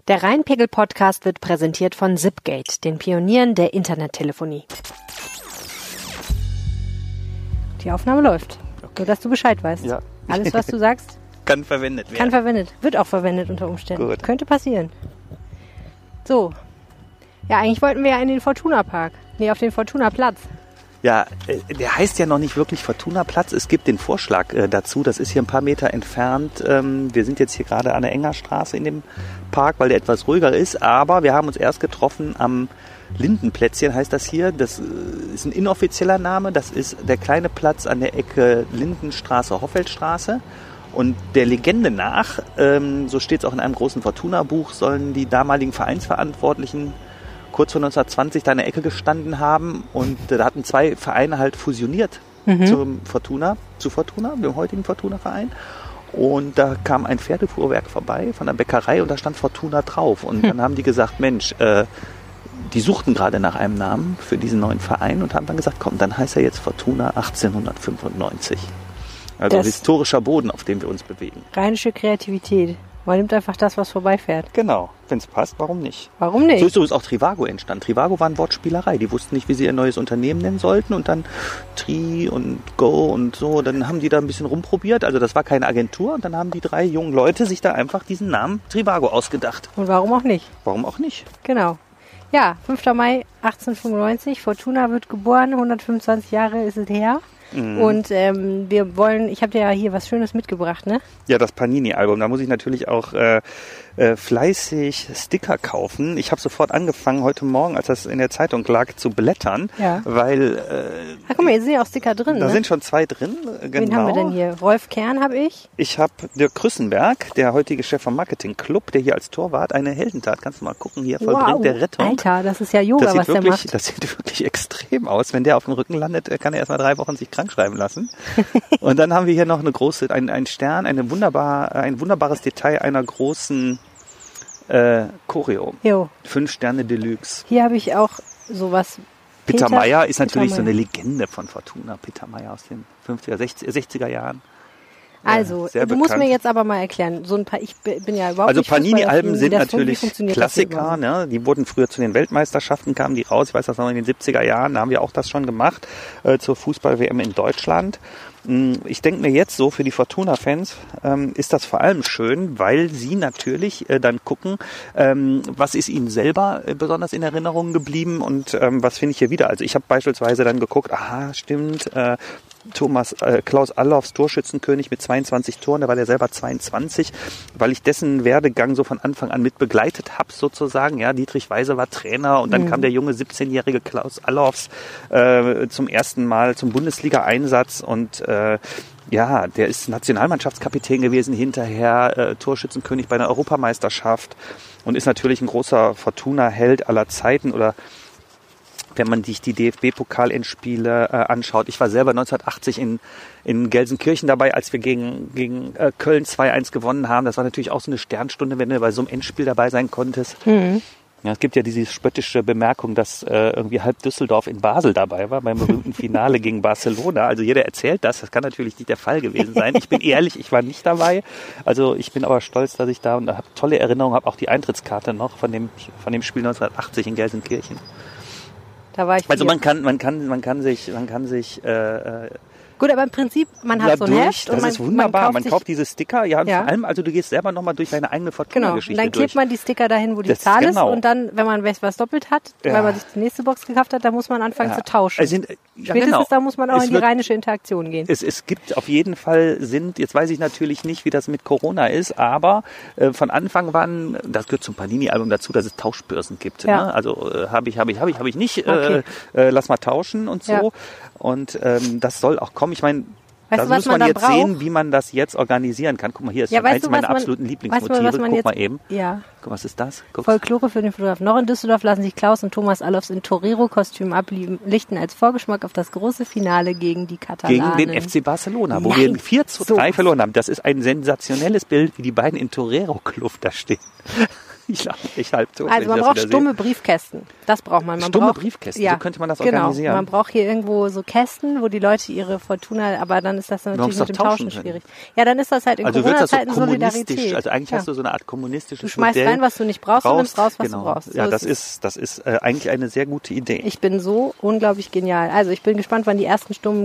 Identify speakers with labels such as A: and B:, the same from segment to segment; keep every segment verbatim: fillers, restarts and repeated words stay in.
A: Der Rheinpegel-Podcast wird präsentiert von Zipgate, den Pionieren der Internettelefonie. Die Aufnahme läuft. Okay. Nur, dass du Bescheid weißt.
B: Ja.
A: Alles, was du sagst,
B: kann verwendet werden.
A: Kann verwendet. Wird auch verwendet unter Umständen.
B: Gut.
A: Könnte passieren. So. Ja, eigentlich wollten wir ja in den Fortuna-Park. Nee, auf den Fortuna-Platz.
B: Ja, der heißt ja noch nicht wirklich Fortuna-Platz. Es gibt den Vorschlag äh, dazu. Das ist hier ein paar Meter entfernt. Ähm, wir sind jetzt hier gerade an der Engerstraße in dem Park, weil der etwas ruhiger ist. Aber wir haben uns erst getroffen am Lindenplätzchen, heißt das hier. Das ist ein inoffizieller Name. Das ist der kleine Platz an der Ecke Lindenstraße, Hoffeldstraße. Und der Legende nach, ähm, so steht es auch in einem großen Fortuna-Buch, sollen die damaligen Vereinsverantwortlichen kurz vor neunzehnhundertzwanzig da in der Ecke gestanden haben. Und äh, da hatten zwei Vereine halt fusioniert mhm. zum Fortuna, zu Fortuna, dem heutigen Fortuna-Verein. Und da kam ein Pferdefuhrwerk vorbei von der Bäckerei und da stand Fortuna drauf. Und hm. dann haben die gesagt, Mensch, äh, die suchten gerade nach einem Namen für diesen neuen Verein und haben dann gesagt, komm, dann heißt er jetzt Fortuna achtzehnhundertfünfundneunzig. Also das historischer Boden, auf dem wir uns bewegen.
A: Rheinische Kreativität. Man nimmt einfach das, was vorbeifährt.
B: Genau, wenn es passt, warum nicht?
A: Warum nicht?
B: So ist übrigens auch Trivago entstanden. Trivago war eine Wortspielerei. Die wussten nicht, wie sie ihr neues Unternehmen nennen sollten. Und dann Tri und Go und so. Dann haben die da ein bisschen rumprobiert. Also das war keine Agentur. Und dann haben die drei jungen Leute sich da einfach diesen Namen Trivago ausgedacht.
A: Und warum auch nicht?
B: Warum auch nicht?
A: Genau. Ja, fünfter Mai achtzehnhundertfünfundneunzig. Fortuna wird geboren. hundertfünfundzwanzig Jahre ist es her. Mhm. Und ähm, wir wollen, ich habe dir ja hier was Schönes mitgebracht, ne?
B: Ja, das Panini-Album. Da muss ich natürlich auch äh, äh, fleißig Sticker kaufen. Ich habe sofort angefangen, heute Morgen, als das in der Zeitung lag, zu blättern. Ja. Weil... Äh,
A: Ach, guck mal, hier sind ja auch Sticker drin,
B: Da
A: ne?
B: sind schon zwei drin, genau.
A: Wen haben wir denn hier? Rolf Kern habe ich.
B: Ich habe Dirk Krüssenberg, der heutige Chef vom Marketing-Club, der hier als Torwart eine Heldentat, kannst du mal gucken, hier vollbringt
A: wow.
B: der Rettung.
A: Alter, das ist ja Yoga,
B: das
A: was
B: wirklich,
A: der macht.
B: Das sieht wirklich extrem aus. Wenn der auf dem Rücken landet, kann er erst mal drei Wochen sich krank schreiben lassen. Und dann haben wir hier noch eine große, ein, ein Stern, eine wunderbar, ein wunderbares Detail einer großen äh, Choreo. Jo. Fünf Sterne Deluxe.
A: Hier habe ich auch sowas.
B: Peter, Peter Meyer ist natürlich Peter so eine Legende von Fortuna. Peter Meyer aus den fünfziger, sechziger Jahren.
A: Also,
B: ja,
A: du musst mir jetzt aber mal erklären, so ein paar, ich bin ja überhaupt
B: also
A: nicht
B: Also Panini-Alben sind natürlich
A: funktioniert
B: Klassiker, ne? Die wurden früher zu den Weltmeisterschaften, kamen die raus, ich weiß das noch in den siebziger Jahren, da haben wir auch das schon gemacht, äh, zur Fußball-W M in Deutschland. Ich denke mir jetzt so, für die Fortuna-Fans ähm, ist das vor allem schön, weil sie natürlich äh, dann gucken, ähm, was ist ihnen selber äh, besonders in Erinnerung geblieben und ähm, was finde ich hier wieder. Also ich habe beispielsweise dann geguckt, aha, stimmt, äh, Thomas äh, Klaus Allofs Torschützenkönig mit zweiundzwanzig Toren, da war der selber zweiundzwanzig, weil ich dessen Werdegang so von Anfang an mit begleitet habe sozusagen. Ja, Dietrich Weise war Trainer und dann mhm. kam der junge siebzehnjährige Klaus Allofs äh, zum ersten Mal zum Bundesliga-Einsatz und äh, ja, der ist Nationalmannschaftskapitän gewesen hinterher, äh, Torschützenkönig bei einer Europameisterschaft und ist natürlich ein großer Fortuna-Held aller Zeiten oder wenn man sich die D F B-Pokal-Endspiele äh, anschaut. Ich war selber neunzehnhundertachtzig in, in Gelsenkirchen dabei, als wir gegen, gegen äh, Köln zwei eins gewonnen haben. Das war natürlich auch so eine Sternstunde, wenn du bei so einem Endspiel dabei sein konntest. Mhm. Ja, es gibt ja diese spöttische Bemerkung, dass äh, irgendwie halb Düsseldorf in Basel dabei war, beim berühmten Finale gegen Barcelona. Also jeder erzählt das. Das kann natürlich nicht der Fall gewesen sein. Ich bin ehrlich, ich war nicht dabei. Also ich bin aber stolz, dass ich da und habe tolle Erinnerungen, habe auch die Eintrittskarte noch von dem, von dem Spiel neunzehnhundertachtzig in Gelsenkirchen.
A: Da war ich
B: also man kann, man kann, man kann sich, man kann sich. Äh,
A: Gut, aber im Prinzip, man hat so ein Heft
B: und
A: man,
B: das ist wunderbar.
A: Man kauft,
B: man kauft diese Sticker, ja, und
A: ja.
B: vor allem, also du gehst selber nochmal durch deine eigene Fortuna-Geschichte
A: Genau, und dann klebt
B: durch.
A: man die Sticker dahin, wo die
B: das
A: Zahl
B: genau.
A: ist und dann, wenn man was doppelt hat, ja. weil man sich die nächste Box gekauft hat, dann muss man anfangen ja. zu tauschen.
B: Also sind, ja,
A: Spätestens
B: genau.
A: da muss man auch
B: es
A: in die
B: wird,
A: rheinische Interaktion gehen.
B: Es, es gibt auf jeden Fall, sind, jetzt weiß ich natürlich nicht, wie das mit Corona ist, aber äh, von Anfang an, das gehört zum Panini-Album dazu, dass es Tauschbörsen gibt. Ja. Ne? Also äh, habe ich, habe ich, habe ich, habe ich nicht, okay. äh, äh, lass mal tauschen und so. Ja. Und ähm, das soll auch kommen. Ich meine,
A: Weißt
B: das
A: du,
B: muss man,
A: man
B: jetzt
A: braucht?
B: sehen, wie man das jetzt organisieren kann. Guck mal, hier ist
A: ja,
B: eins
A: du,
B: meiner
A: man,
B: absoluten Lieblingsmotive.
A: Weißt du,
B: Guck
A: jetzt,
B: mal eben.
A: Ja.
B: Guck, was ist das? Guck's.
A: Folklore für den Fotograf. Noch in Düsseldorf lassen sich Klaus und Thomas Allofs in Torero-Kostüm ablichten als Vorgeschmack auf das große Finale gegen die Katalanen.
B: Gegen den F C Barcelona, wo
A: Nein.
B: wir vier zu drei so. verloren haben. Das ist ein sensationelles Bild, wie die beiden in Torero-Kluft da stehen. Ich lache mich halb tot.
A: Also man braucht stumme Briefkästen. Das braucht man. man
B: stumme
A: braucht,
B: Briefkästen,
A: ja,
B: so könnte man das
A: genau.
B: organisieren.
A: Man braucht hier irgendwo so Kästen, wo die Leute ihre Fortuna, aber dann ist das natürlich mit dem Tauschen schwierig. Ja, dann ist das halt in
B: also
A: Corona-Zeiten
B: so
A: Solidarität.
B: Also eigentlich
A: ja.
B: hast du so eine Art kommunistisches
A: Du schmeißt
B: Modell
A: rein, was du nicht brauchst,
B: brauchst,
A: und nimmst raus, was
B: genau.
A: du brauchst. So
B: ja, das
A: ist,
B: ist, das ist äh, eigentlich eine sehr gute Idee.
A: Ich bin so unglaublich genial. Also ich bin gespannt, wann die ersten stummen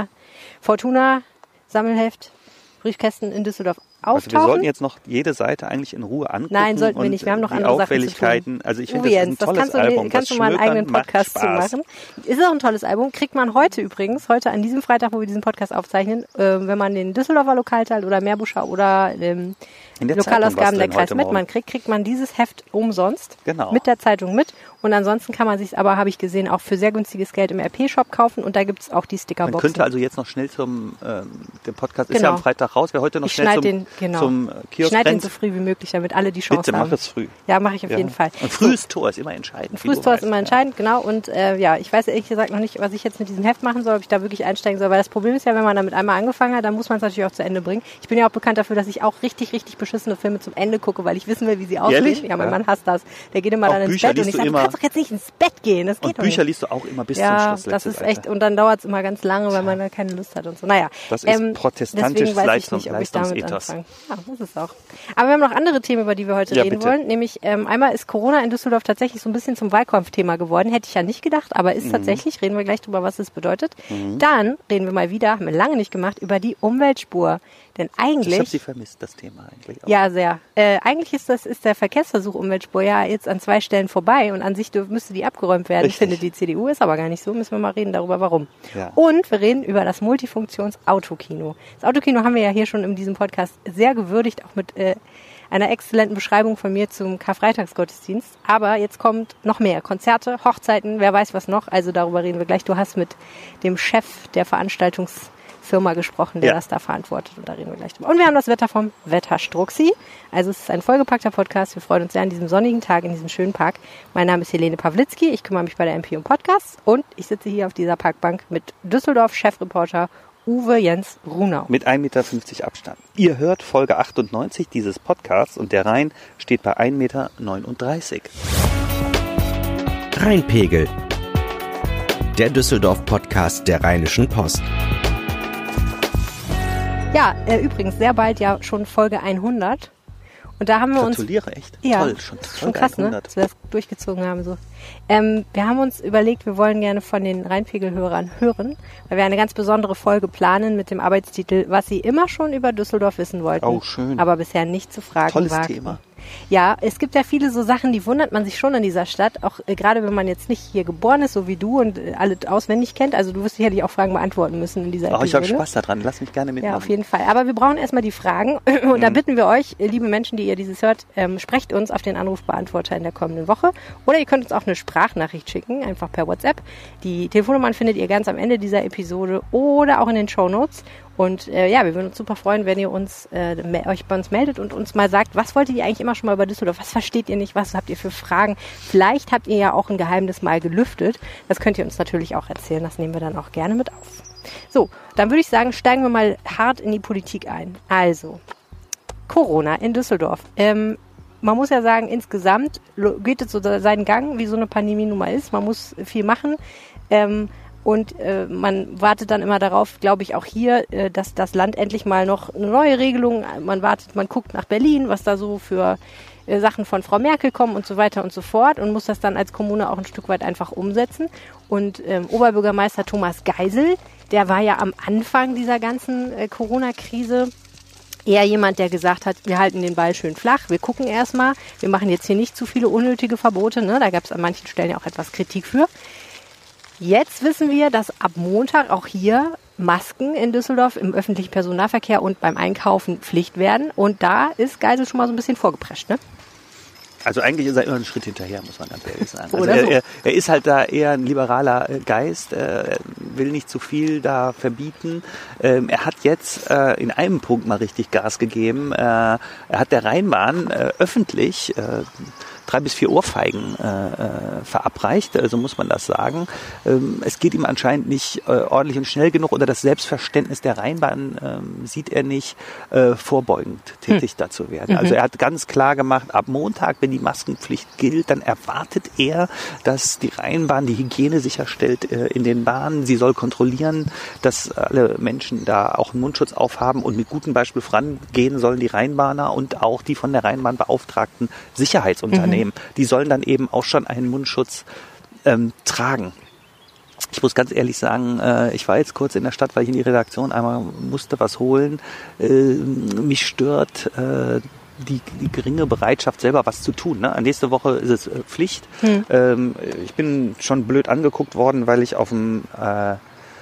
A: Corona-Fortuna-Sammelheft Briefkästen in Düsseldorf auftauchen.
B: Also wir sollten jetzt noch jede Seite eigentlich in Ruhe angucken.
A: Nein, sollten wir nicht. Wir haben noch andere Sachen zu tun.
B: Also ich finde, das ist ein tolles
A: kannst du,
B: Album.
A: Kannst du mal einen eigenen Podcast zu machen. Ist auch ein tolles Album. Kriegt man heute übrigens, heute an diesem Freitag, wo wir diesen Podcast aufzeichnen, äh, wenn man den Düsseldorfer Lokalteil oder Meerbuscher oder ähm, Lokalausgaben der Kreis Mettmann kriegt, kriegt man dieses Heft umsonst
B: genau.
A: mit der Zeitung mit. Und ansonsten kann man sich aber, habe ich gesehen, auch für sehr günstiges Geld im R P-Shop kaufen. Und da gibt es auch die Stickerboxen.
B: Man könnte also jetzt noch schnell zum, ähm, der Podcast genau. ist ja am Freitag raus, wer heute noch
A: ich
B: schnell zum,
A: den, genau.
B: zum Kiosk
A: Ich schneide den so früh wie möglich, damit alle die Chance
B: Bitte,
A: haben.
B: Bitte, mach es früh.
A: Ja, mache ich auf
B: ja.
A: jeden Fall.
B: Und frühes so. Tor ist immer entscheidend.
A: Ein frühes Tor ist immer entscheidend, ja. genau. Und äh, ja, ich weiß ehrlich gesagt noch nicht, was ich jetzt mit diesem Heft machen soll, ob ich da wirklich einsteigen soll. Weil das Problem ist ja, wenn man damit einmal angefangen hat, dann muss man es natürlich auch zu Ende bringen. Ich bin ja auch bekannt dafür, dass ich auch richtig, richtig beschissene Filme zum Ende gucke, weil ich wissen will, wie sie aussehen.
B: Ehrlich?
A: Ja, mein
B: ja.
A: Mann hasst das. Der geht immer
B: auch
A: dann ins
B: Bücher
A: Bett und ich sage, du kannst doch jetzt nicht ins Bett gehen. Das geht
B: und
A: doch
B: Bücher
A: nicht.
B: liest du auch immer bis
A: ja,
B: zum Schluss.
A: Ja, das ist echt, und dann dauert es immer ganz lange, weil man da keine Lust hat und so. Naja.
B: Das ist ähm, protestantisches Leistungs- Leistungsethos.
A: Ja, das ist auch. Aber wir haben noch andere Themen, über die wir heute
B: ja,
A: reden
B: bitte.
A: wollen. Nämlich ähm, einmal ist Corona in Düsseldorf tatsächlich so ein bisschen zum Wahlkampfthema geworden. Hätte ich ja nicht gedacht, aber ist mhm. tatsächlich. Reden wir gleich drüber, was das bedeutet. Mhm. Dann reden wir mal wieder, haben wir lange nicht gemacht, über die Umweltspur. Denn eigentlich...
B: Ich habe sie vermisst, das Thema eigentlich auch.
A: Ja, sehr. Äh, eigentlich ist das ist der Verkehrsversuch Umweltspur ja jetzt an zwei Stellen vorbei und an sich dürf, müsste die abgeräumt werden,
B: Richtig.
A: findet die C D U. Ist aber gar nicht so. Müssen wir mal reden darüber, warum.
B: Ja.
A: Und wir reden über das Multifunktions-Autokino. Das Autokino haben wir ja hier schon in diesem Podcast sehr gewürdigt, auch mit äh, einer exzellenten Beschreibung von mir zum Karfreitagsgottesdienst. Aber jetzt kommt noch mehr. Konzerte, Hochzeiten, wer weiß was noch. Also darüber reden wir gleich. Du hast mit dem Chef der Veranstaltungsfirma gesprochen, der ja. das da verantwortet. Und da reden wir gleich drüber. Und wir haben das Wetter vom Wetterstruxi. Also es ist ein vollgepackter Podcast. Wir freuen uns sehr an diesem sonnigen Tag in diesem schönen Park. Mein Name ist Helene Pawlitzki. Ich kümmere mich bei der M P um Podcasts. Und ich sitze hier auf dieser Parkbank mit Düsseldorf-Chefreporter Uwe Jens Runau.
B: Mit ein Meter fünfzig Abstand. Ihr hört Folge achtundneunzig dieses Podcasts und der Rhein steht bei ein Meter neununddreißig.
C: Rheinpegel. Der Düsseldorf-Podcast der Rheinischen Post.
A: Ja, äh, übrigens sehr bald ja schon Folge hundert. Und da haben wir uns...
B: Gratuliere, echt?
A: Ja,
B: toll. Schon,
A: schon krass, hundert. Ne? Dass wir das durchgezogen haben. So. Ähm, wir haben uns überlegt, wir wollen gerne von den Rheinpegel-Hörern hören, weil wir eine ganz besondere Folge planen mit dem Arbeitstitel, was sie immer schon über Düsseldorf wissen wollten,
B: oh, schön.
A: aber bisher nicht zu fragen
B: Tolles
A: wagten.
B: Thema.
A: Ja, es gibt ja viele so Sachen, die wundert man sich schon in dieser Stadt, auch äh, gerade wenn man jetzt nicht hier geboren ist, so wie du und äh, alle auswendig kennt. Also du wirst sicherlich auch Fragen beantworten müssen in dieser
B: oh,
A: Episode.
B: Ich habe Spaß daran, lass mich gerne mitmachen.
A: Ja, auf jeden Fall. Aber wir brauchen erstmal die Fragen und mhm. da bitten wir euch, liebe Menschen, die ihr dieses hört, ähm, sprecht uns auf den Anrufbeantworter in der kommenden Woche oder ihr könnt uns auch eine Sprachnachricht schicken, einfach per WhatsApp. Die Telefonnummern findet ihr ganz am Ende dieser Episode oder auch in den Shownotes. Und äh, ja, wir würden uns super freuen, wenn ihr uns äh, me- euch bei uns meldet und uns mal sagt, was wolltet ihr eigentlich immer schon mal über Düsseldorf? Was versteht ihr nicht? Was habt ihr für Fragen? Vielleicht habt ihr ja auch ein Geheimnis mal gelüftet. Das könnt ihr uns natürlich auch erzählen. Das nehmen wir dann auch gerne mit auf. So, dann würde ich sagen, steigen wir mal hart in die Politik ein. Also, Corona in Düsseldorf. Ähm, man muss ja sagen, insgesamt geht es so seinen Gang, wie so eine Pandemie nun mal ist. Man muss viel machen. Ähm, Und äh, man wartet dann immer darauf, glaube ich, auch hier, äh, dass das Land endlich mal noch eine neue Regelung, man wartet, man guckt nach Berlin, was da so für äh, Sachen von Frau Merkel kommen und so weiter und so fort und muss das dann als Kommune auch ein Stück weit einfach umsetzen. Und ähm, Oberbürgermeister Thomas Geisel, der war ja am Anfang dieser ganzen äh, Corona-Krise eher jemand, der gesagt hat, wir halten den Ball schön flach, wir gucken erstmal, wir machen jetzt hier nicht zu viele unnötige Verbote, ne? Da gab es an manchen Stellen ja auch etwas Kritik für. Jetzt wissen wir, dass ab Montag auch hier Masken in Düsseldorf im öffentlichen Personennahverkehr und beim Einkaufen Pflicht werden. Und da ist Geisel schon mal so ein bisschen vorgeprescht, ne?
B: Also eigentlich ist er immer einen Schritt hinterher, muss man ganz ehrlich sagen. Also
A: Oder
B: er,
A: so.
B: er, er ist halt da eher ein liberaler Geist, er will nicht zu viel da verbieten. Er hat jetzt in einem Punkt mal richtig Gas gegeben. Er hat der Rheinbahn öffentlich drei bis vier Ohrfeigen äh, verabreicht, so also muss man das sagen. Ähm, es geht ihm anscheinend nicht äh, ordentlich und schnell genug oder das Selbstverständnis der Rheinbahn ähm, sieht er nicht, äh, vorbeugend tätig hm. dazu werden. Also er hat ganz klar gemacht, ab Montag, wenn die Maskenpflicht gilt, dann erwartet er, dass die Rheinbahn die Hygiene sicherstellt äh, in den Bahnen. Sie soll kontrollieren, dass alle Menschen da auch einen Mundschutz aufhaben und mit gutem Beispiel vorangehen sollen die Rheinbahner und auch die von der Rheinbahn beauftragten Sicherheitsunternehmen. Mhm. Die sollen dann eben auch schon einen Mundschutz ähm, tragen. Ich muss ganz ehrlich sagen, äh, ich war jetzt kurz in der Stadt, weil ich in die Redaktion einmal musste was holen. Äh, mich stört äh, Die, die geringe Bereitschaft, selber was zu tun. Ne? Nächste Woche ist es äh, Pflicht. Hm. Ähm, ich bin schon blöd angeguckt worden, weil ich auf dem äh,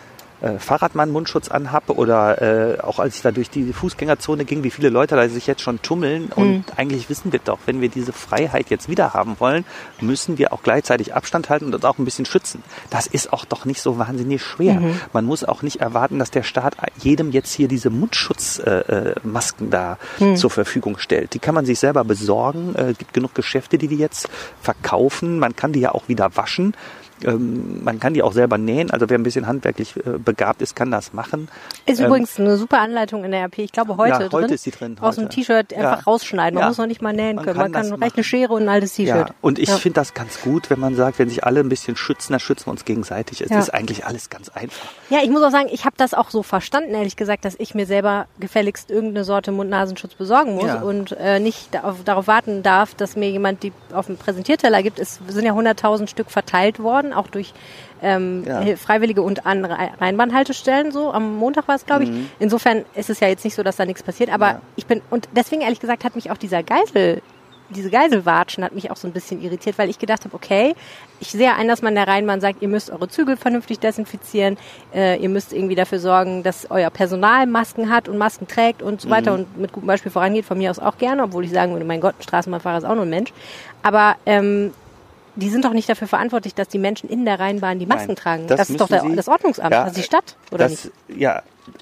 B: äh, Fahrrad mal einen Mundschutz anhabe oder äh, auch als ich da durch die Fußgängerzone ging, wie viele Leute da sich jetzt schon tummeln. Hm. Und eigentlich wissen wir doch, wenn wir diese Freiheit jetzt wieder haben wollen, müssen wir auch gleichzeitig Abstand halten und uns auch ein bisschen schützen. Das ist auch doch nicht so wahnsinnig schwer. Mhm. Man muss auch nicht erwarten, dass der Staat jedem jetzt hier diese Mundschutzmasken äh, da hm. zur Verfügung stellt. Die kann man sich selber besorgen. Es äh, gibt genug Geschäfte, die die jetzt verkaufen. Man kann die ja auch wieder waschen. Ähm, man kann die auch selber nähen, also wer ein bisschen handwerklich äh, begabt ist, kann das machen.
A: Ist ähm, übrigens eine super Anleitung in der R P. Ich glaube heute,
B: ja, heute
A: drin,
B: ist die drin.
A: Aus dem T-Shirt einfach ja. rausschneiden. Man ja. muss noch nicht mal nähen können. Man kann, man kann reicht eine Schere und ein altes T-Shirt.
B: Ja. Und ich
A: ja.
B: finde das ganz gut, wenn man sagt, wenn sich alle ein bisschen schützen, dann schützen wir uns gegenseitig. Es ja. ist eigentlich alles ganz einfach.
A: Ja, ich muss auch sagen, ich habe das auch so verstanden, ehrlich gesagt, dass ich mir selber gefälligst irgendeine Sorte Mund-Nasenschutz besorgen muss ja. und äh, nicht darauf, darauf warten darf, dass mir jemand die auf dem Präsentierteller gibt. Es sind ja hunderttausend Stück verteilt worden, auch durch Ähm, ja. Freiwillige und an Rheinbahnhaltestellen, so am Montag war es, glaube ich. Mhm. Insofern ist es ja jetzt nicht so, dass da nichts passiert, aber ja. ich bin, und deswegen ehrlich gesagt hat mich auch dieser Geisel, diese Geiselwatschen hat mich auch so ein bisschen irritiert, weil ich gedacht habe, okay, ich sehe ein, dass man der Rheinbahn sagt, ihr müsst eure Zügel vernünftig desinfizieren, äh, ihr müsst irgendwie dafür sorgen, dass euer Personal Masken hat und Masken trägt und so weiter mhm. und mit gutem Beispiel vorangeht, von mir aus auch gerne, obwohl ich sagen würde, mein Gott, ein Straßenbahnfahrer ist auch nur ein Mensch. Aber ähm, die sind doch nicht dafür verantwortlich, dass die Menschen in der Rheinbahn die Masken Nein, tragen. Das, das ist doch der, das Ordnungsamt, ja, also die Stadt, oder das, nicht?
B: Ja,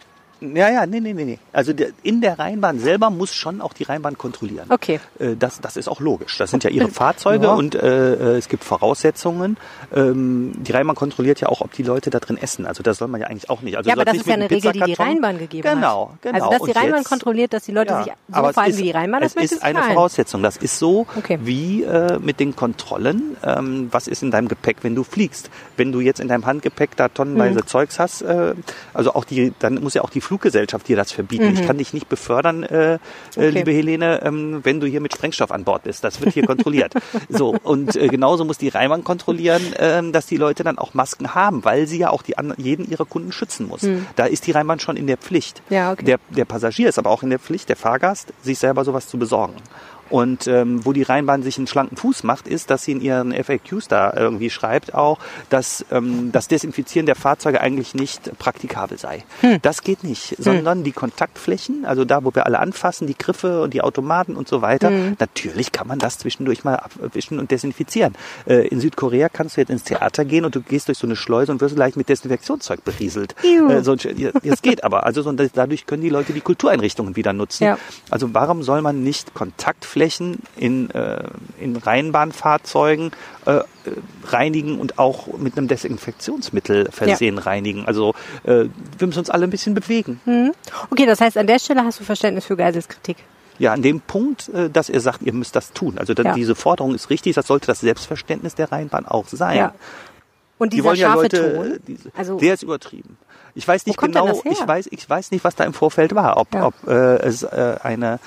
B: ja, ja, nee, nee, nee, nee. Also der, in der Rheinbahn selber muss schon auch die Rheinbahn kontrollieren.
A: Okay.
B: Äh, das, das ist auch logisch. Das sind ja ihre Fahrzeuge ja. und äh, es gibt Voraussetzungen. Ähm, die Rheinbahn kontrolliert ja auch, ob die Leute da drin essen. Also das soll man ja eigentlich auch nicht. Also
A: ja, aber das ist ja eine Regel, die die Rheinbahn gegeben
B: genau,
A: hat.
B: Genau,
A: genau. Also dass die Rheinbahn
B: jetzt,
A: kontrolliert, dass die Leute ja, sich so verhalten
B: ist,
A: wie die Rheinbahn, das
B: möchte ich Es ist eine
A: rein.
B: Voraussetzung. Das ist so
A: okay.
B: wie äh, mit den Kontrollen. Ähm, was ist in deinem Gepäck, wenn du fliegst? Wenn du jetzt in deinem Handgepäck da tonnenweise mhm. Zeugs hast, äh, also auch die, dann muss ja auch die Fluggesellschaft dir das verbieten. Mhm. Ich kann dich nicht befördern, äh, okay. liebe Helene, ähm, wenn du hier mit Sprengstoff an Bord bist. Das wird hier kontrolliert. So, und äh, genauso muss die Rheinbahn kontrollieren, äh, dass die Leute dann auch Masken haben, weil sie ja auch die an, jeden ihrer Kunden schützen muss. Mhm. Da ist die Rheinbahn schon in der Pflicht.
A: Ja, okay.
B: der, der Passagier ist aber auch in der Pflicht, der Fahrgast, sich selber sowas zu besorgen. Und ähm, wo die Rheinbahn sich einen schlanken Fuß macht, ist, dass sie in ihren F A Qs da irgendwie schreibt auch, dass ähm, das Desinfizieren der Fahrzeuge eigentlich nicht praktikabel sei. Hm. Das geht nicht, sondern hm. die Kontaktflächen, also da, wo wir alle anfassen, die Griffe und die Automaten und so weiter, hm. natürlich kann man das zwischendurch mal abwischen und desinfizieren. Äh, in Südkorea kannst du jetzt ins Theater gehen und du gehst durch so eine Schleuse und wirst gleich mit Desinfektionszeug berieselt. Äh, so, das geht aber. Also so, dadurch können die Leute die Kultureinrichtungen wieder nutzen. Ja. Also warum soll man nicht Kontaktflächen Flächen in, äh, in Rheinbahnfahrzeugen äh, reinigen und auch mit einem Desinfektionsmittel versehen ja. reinigen. Also äh, wir müssen uns alle ein bisschen bewegen.
A: Mhm. Okay, das heißt, an der Stelle hast du Verständnis für Geisels Kritik?
B: Ja, an dem Punkt, äh, dass er sagt, ihr müsst das tun. Also ja. diese Forderung ist richtig, das sollte das Selbstverständnis der Rheinbahn auch sein. Ja.
A: Und dieser
B: die
A: scharfe
B: ja Leute,
A: Ton?
B: Diese,
A: also
B: der ist übertrieben. Ich weiß nicht genau, ich weiß, ich weiß nicht, was da im Vorfeld war, ob, ja. ob äh, es äh, eine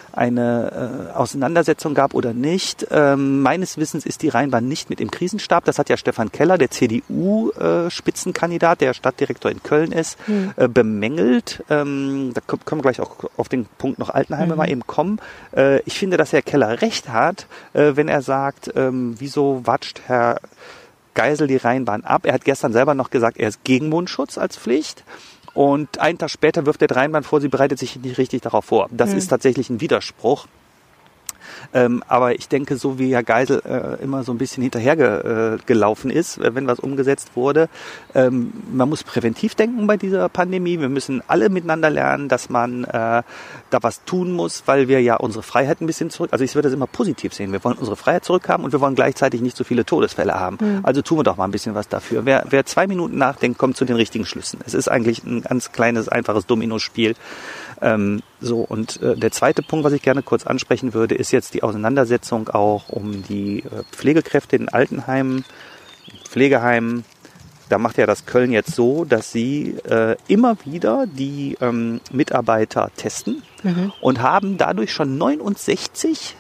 B: eine äh, Auseinandersetzung gab oder nicht. Ähm, meines Wissens ist die Rheinbahn nicht mit im Krisenstab. Das hat ja Stefan Keller, der C D U-Spitzenkandidat, der Stadtdirektor in Köln ist, hm. äh, bemängelt. Ähm, da können wir gleich auch auf den Punkt noch Altenheime mhm. mal eben kommen. Äh, ich finde, dass Herr Keller recht hat, äh, wenn er sagt, ähm, wieso watscht Herr Geisel die Rheinbahn ab? Er hat gestern selber noch gesagt, er ist gegen Mundschutz als Pflicht. Und einen Tag später wirft der Rheinbahn vor, sie bereitet sich nicht richtig darauf vor. Das mhm. ist tatsächlich ein Widerspruch. Ähm, aber ich denke, so wie Herr Geisel äh, immer so ein bisschen hinterhergelaufen äh, ist, wenn was umgesetzt wurde, ähm, man muss präventiv denken bei dieser Pandemie. Wir müssen alle miteinander lernen, dass man äh, da was tun muss, weil wir ja unsere Freiheit ein bisschen zurück, also ich würde das immer positiv sehen. Wir wollen unsere Freiheit zurückhaben und wir wollen gleichzeitig nicht so viele Todesfälle haben. Mhm. Also tun wir doch mal ein bisschen was dafür. Wer, wer zwei Minuten nachdenkt, kommt zu den richtigen Schlüssen. Es ist eigentlich ein ganz kleines, einfaches Dominospiel. Ähm, so, und äh, der zweite Punkt, was ich gerne kurz ansprechen würde, ist jetzt die Auseinandersetzung auch um die äh, Pflegekräfte in Altenheimen, Pflegeheimen. Da macht ja das Köln jetzt so, dass sie äh, immer wieder die ähm, Mitarbeiter testen mhm. und haben dadurch schon neunundsechzig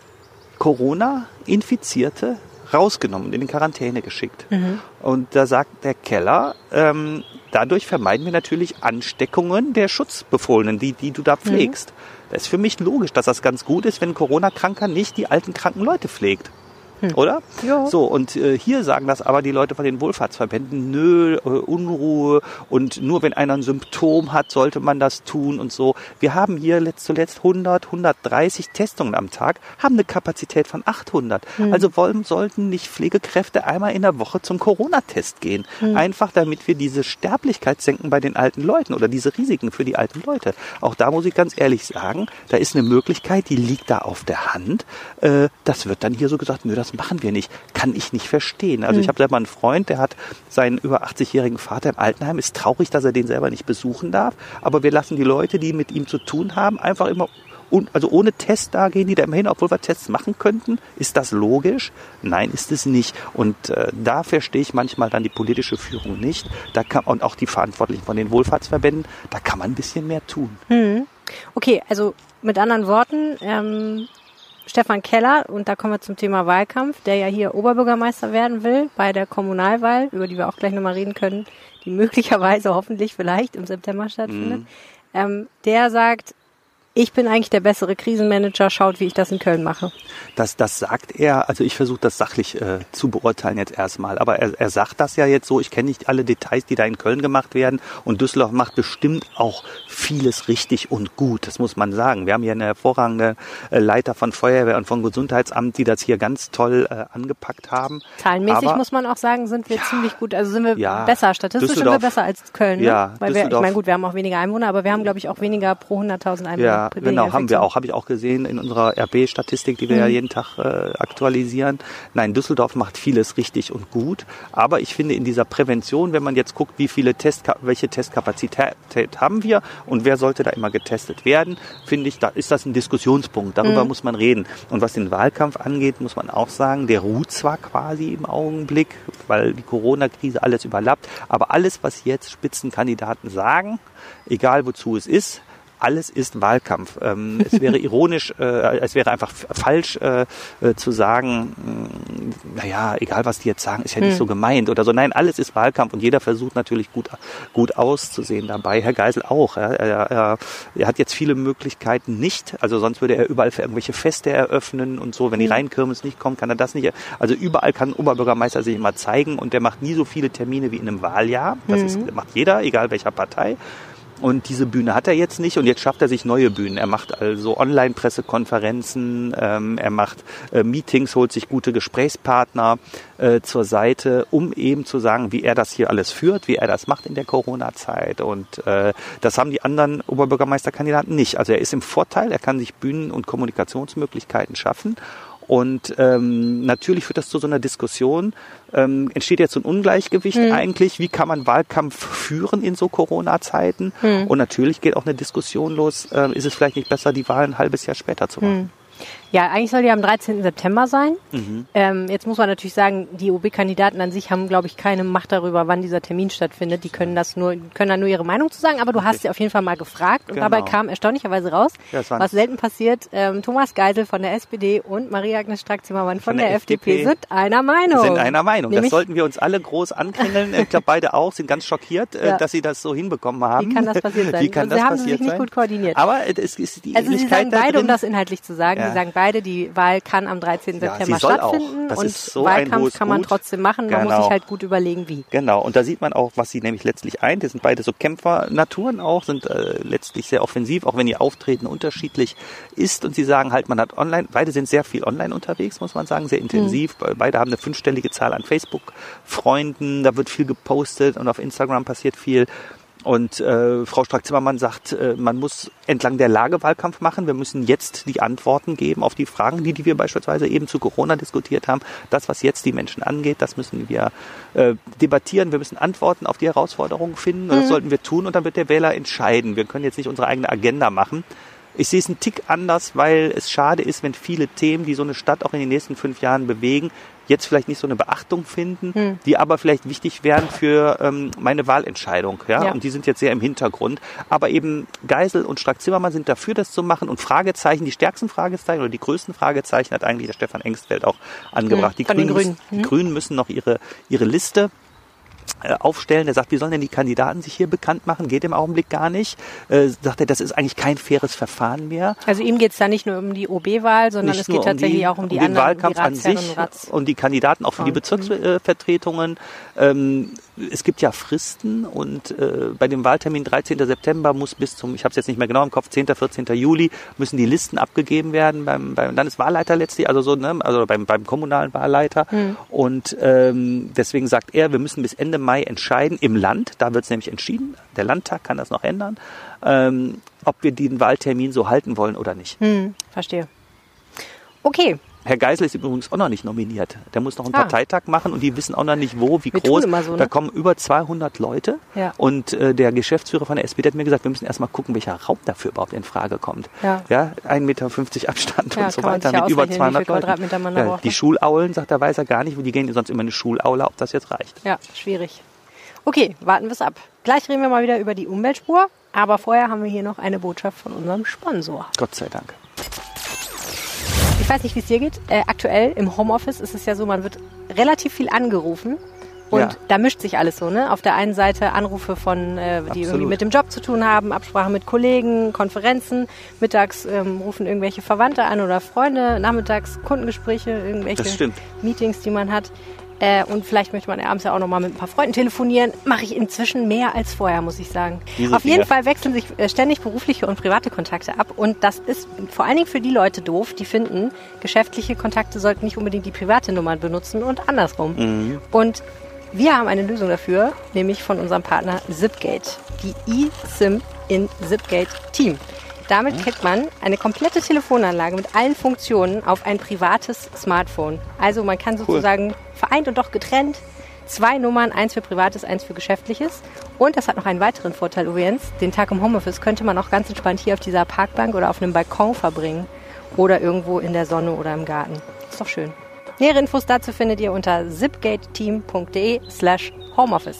B: Corona-Infizierte rausgenommen und in die Quarantäne geschickt. Mhm. Und da sagt der Keller, ähm, dadurch vermeiden wir natürlich Ansteckungen der Schutzbefohlenen, die, die du da pflegst. Mhm. Das ist für mich logisch, dass das ganz gut ist, wenn ein Corona-Kranker nicht die alten kranken Leute pflegt. Hm. Oder? Ja. So, und äh, hier sagen das aber die Leute von den Wohlfahrtsverbänden, nö, äh, Unruhe und nur wenn einer ein Symptom hat, sollte man das tun und so. Wir haben hier letzt, zuletzt hundert, hundertdreißig Testungen am Tag, haben eine Kapazität von achthundert. Hm. Also wollen, sollten nicht Pflegekräfte einmal in der Woche zum Corona-Test gehen. Hm. Einfach damit wir diese Sterblichkeit senken bei den alten Leuten oder diese Risiken für die alten Leute. Auch da muss ich ganz ehrlich sagen, da ist eine Möglichkeit, die liegt da auf der Hand. Äh, das wird dann hier so gesagt, nö, das machen wir nicht. Kann ich nicht verstehen. Also mhm. ich habe selber einen Freund, der hat seinen über achtzig-jährigen Vater im Altenheim. Ist traurig, dass er den selber nicht besuchen darf. Aber wir lassen die Leute, die mit ihm zu tun haben, einfach immer, un- also ohne Test da gehen die da immer hin, obwohl wir Tests machen könnten. Ist das logisch? Nein, ist es nicht. Und äh, da verstehe ich manchmal dann die politische Führung nicht. Da kann, und auch die Verantwortlichen von den Wohlfahrtsverbänden, da kann man ein bisschen mehr tun.
A: Mhm. Okay, also mit anderen Worten, ähm Stefan Keller, und da kommen wir zum Thema Wahlkampf, der ja hier Oberbürgermeister werden will bei der Kommunalwahl, über die wir auch gleich nochmal reden können, die möglicherweise, hoffentlich, vielleicht im September stattfindet. Mhm. Ähm, der sagt, ich bin eigentlich der bessere Krisenmanager, schaut, wie ich das in Köln mache.
B: Das, das sagt er, also ich versuche das sachlich äh, zu beurteilen jetzt erstmal, aber er, er sagt das ja jetzt so, ich kenne nicht alle Details, die da in Köln gemacht werden und Düsseldorf macht bestimmt auch vieles richtig und gut, das muss man sagen. Wir haben hier eine hervorragende äh, Leiter von Feuerwehr und von Gesundheitsamt, die das hier ganz toll äh, angepackt haben.
A: Zahlenmäßig
B: aber,
A: muss man auch sagen, sind wir ja, ziemlich gut, also sind wir
B: ja,
A: besser, statistisch sind wir besser als Köln. Ne?
B: Ja,
A: Weil wir, ich meine gut, wir haben auch weniger Einwohner, aber wir haben glaube ich auch weniger pro hunderttausend Einwohner.
B: Ja, genau, haben wir auch, habe ich auch gesehen in unserer R B-Statistik, die wir mhm. ja jeden Tag äh, aktualisieren. Nein, Düsseldorf macht vieles richtig und gut, aber ich finde in dieser Prävention, wenn man jetzt guckt, wie viele Test, welche Testkapazität haben wir und wer sollte da immer getestet werden, finde ich, da ist das ein Diskussionspunkt, darüber mhm. muss man reden. Und was den Wahlkampf angeht, muss man auch sagen, der ruht zwar quasi im Augenblick, weil die Corona-Krise alles überlappt, aber alles, was jetzt Spitzenkandidaten sagen, egal wozu es ist, alles ist Wahlkampf. Ähm, es wäre ironisch, äh, es wäre einfach f- falsch äh, äh, zu sagen, mh, naja, egal was die jetzt sagen, ist ja nicht hm. so gemeint oder so. Nein, alles ist Wahlkampf und jeder versucht natürlich gut, gut auszusehen dabei. Herr Geisel auch. Ja, er, er, er hat jetzt viele Möglichkeiten nicht, also sonst würde er überall für irgendwelche Feste eröffnen und so. Wenn die Rheinkirmes nicht kommt, kann er das nicht. Also überall kann ein Oberbürgermeister sich immer zeigen und der macht nie so viele Termine wie in einem Wahljahr. Das hm. ist, macht jeder, egal welcher Partei. Und diese Bühne hat er jetzt nicht und jetzt schafft er sich neue Bühnen. Er macht also Online-Pressekonferenzen, ähm, er macht äh, Meetings, holt sich gute Gesprächspartner äh, zur Seite, um eben zu sagen, wie er das hier alles führt, wie er das macht in der Corona-Zeit. Und äh, das haben die anderen Oberbürgermeisterkandidaten nicht. Also er ist im Vorteil, er kann sich Bühnen- und Kommunikationsmöglichkeiten schaffen. Und ähm, natürlich führt das zu so einer Diskussion. Ähm, entsteht jetzt so ein Ungleichgewicht hm. eigentlich. Wie kann man Wahlkampf führen in so Corona-Zeiten? Hm. Und natürlich geht auch eine Diskussion los. Äh, ist es vielleicht nicht besser, die Wahl ein halbes Jahr später zu machen? Hm.
A: Ja, eigentlich soll die am dreizehnten September sein. Mhm. Ähm, jetzt muss man natürlich sagen, die O B-Kandidaten an sich haben, glaube ich, keine Macht darüber, wann dieser Termin stattfindet. Die können das nur, können da nur ihre Meinung zu sagen. Aber du okay. hast sie auf jeden Fall mal gefragt und genau. dabei kam erstaunlicherweise raus, ja, was selten passiert. Ähm, Thomas Geisel von der S P D und Maria-Agnes Strack-Zimmermann von, von der, der F D P, F D P sind einer Meinung.
B: Sind einer Meinung. Nämlich, das sollten wir uns alle groß ankringeln. Ich glaube, beide auch sind ganz schockiert, ja. dass sie das so hinbekommen haben.
A: Wie kann das passiert sein?
B: Wie kann
A: und
B: das
A: sie haben
B: passiert
A: sich nicht
B: sein?
A: gut koordiniert.
B: Aber es ist die
A: Also sie sagen beide, um das inhaltlich zu sagen, ja. sie sagen beide, beide, die Wahl kann am dreizehnten
B: Ja,
A: September
B: sie soll
A: stattfinden
B: auch. Das
A: und
B: ist so ein
A: Wahlkampf
B: hohes
A: kann man
B: Gut.
A: trotzdem machen. Man muss
B: Genau.
A: sich halt gut überlegen, wie.
B: Genau, und da sieht man auch, was sie nämlich letztlich eint. Die sind beide so Kämpfernaturen auch, sind äh, letztlich sehr offensiv, auch wenn ihr Auftreten unterschiedlich ist. Und sie sagen halt, man hat online, beide sind sehr viel online unterwegs, muss man sagen, sehr intensiv. Mhm. Beide haben eine fünfstellige Zahl an Facebook-Freunden, da wird viel gepostet und auf Instagram passiert viel. Und äh, Frau Strack-Zimmermann sagt, äh, man muss entlang der Lage Wahlkampf machen. Wir müssen jetzt die Antworten geben auf die Fragen, die, die wir beispielsweise eben zu Corona diskutiert haben. Das, was jetzt die Menschen angeht, das müssen wir äh, debattieren. Wir müssen Antworten auf die Herausforderungen finden. Und das mhm. sollten wir tun. Und dann wird der Wähler entscheiden. Wir können jetzt nicht unsere eigene Agenda machen. Ich sehe es einen Tick anders, weil es schade ist, wenn viele Themen, die so eine Stadt auch in den nächsten fünf Jahren bewegen, jetzt vielleicht nicht so eine Beachtung finden, hm. die aber vielleicht wichtig wären für ähm, meine Wahlentscheidung. Ja? ja? Und die sind jetzt sehr im Hintergrund. Aber eben Geisel und Strack-Zimmermann sind dafür, das zu machen. Und Fragezeichen, die stärksten Fragezeichen oder die größten Fragezeichen hat eigentlich der Stefan Engstfeld auch angebracht. Hm, die, Grünen
A: den Grünen.
B: Müssen, hm. die Grünen müssen noch ihre, ihre Liste aufstellen. Der sagt, wie sollen denn die Kandidaten sich hier bekannt machen? Geht im Augenblick gar nicht. Äh, sagt er, das ist eigentlich kein faires Verfahren mehr.
A: Also ihm geht es da nicht nur um die O B-Wahl, sondern nicht es geht tatsächlich um die, auch um die um
B: den
A: anderen,
B: Wahlkampf an sich und, und die Kandidaten auch für die Bezirksvertretungen. Ähm, es gibt ja Fristen und äh, bei dem Wahltermin dreizehnten September muss bis zum, ich habe es jetzt nicht mehr genau im Kopf, zehnten, vierzehnten Juli müssen die Listen abgegeben werden beim, beim Landeswahlleiter letztlich, also so, ne, also beim, beim kommunalen Wahlleiter. Hm. Und ähm, deswegen sagt er, wir müssen bis Ende Mai entscheiden im Land, da wird es nämlich entschieden, der Landtag kann das noch ändern, ähm, ob wir den Wahltermin so halten wollen oder nicht.
A: Hm, verstehe. Okay.
B: Herr Geisel ist übrigens auch noch nicht nominiert. Der muss noch einen ah. Parteitag machen und die wissen auch noch nicht wo, wie
A: wir
B: groß.
A: Tun immer so, ne?
B: Da kommen über zweihundert Leute ja. und äh, der Geschäftsführer von der S P D hat mir gesagt, wir müssen erstmal gucken, welcher Raum dafür überhaupt in Frage kommt. Ja, ja ein Meter fünfzig Abstand
A: ja,
B: und so weiter mit über zweihundert Leuten. Ja, die Schulaulen, sagt er, weiß er gar nicht, wo die gehen sonst immer eine Schulaula, ob das jetzt reicht.
A: Ja, schwierig. Okay, warten wir es ab. Gleich reden wir mal wieder über die Umweltspur, aber vorher haben wir hier noch eine Botschaft von unserem Sponsor.
B: Gott sei Dank.
A: Ich weiß nicht, wie es dir geht. Äh, aktuell im Homeoffice ist es ja so, man wird relativ viel angerufen und ja. da mischt sich alles so. Ne? Auf der einen Seite Anrufe von, äh, die Absolut. irgendwie mit dem Job zu tun haben, Absprache mit Kollegen, Konferenzen. Mittags ähm, rufen irgendwelche Verwandte an oder Freunde. Nachmittags Kundengespräche, irgendwelche Meetings, die man hat. Äh, und vielleicht möchte man abends ja auch noch mal mit ein paar Freunden telefonieren. Mache ich inzwischen mehr als vorher, muss ich sagen. Auf jeden ja. Fall wechseln sich äh, ständig berufliche und private Kontakte ab. Und das ist vor allen Dingen für die Leute doof, die finden, geschäftliche Kontakte sollten nicht unbedingt die private Nummer benutzen und andersrum. Mhm. Und wir haben eine Lösung dafür, nämlich von unserem Partner Zipgate. Die eSIM in Zipgate Team. Damit kriegt man eine komplette Telefonanlage mit allen Funktionen auf ein privates Smartphone. Also man kann sozusagen cool. vereint und doch getrennt zwei Nummern, eins für Privates, eins für Geschäftliches. Und das hat noch einen weiteren Vorteil übrigens. Den Tag im Homeoffice könnte man auch ganz entspannt hier auf dieser Parkbank oder auf einem Balkon verbringen. Oder irgendwo in der Sonne oder im Garten. Ist doch schön. Nähere Infos dazu findet ihr unter zipgateteam.de slash Homeoffice.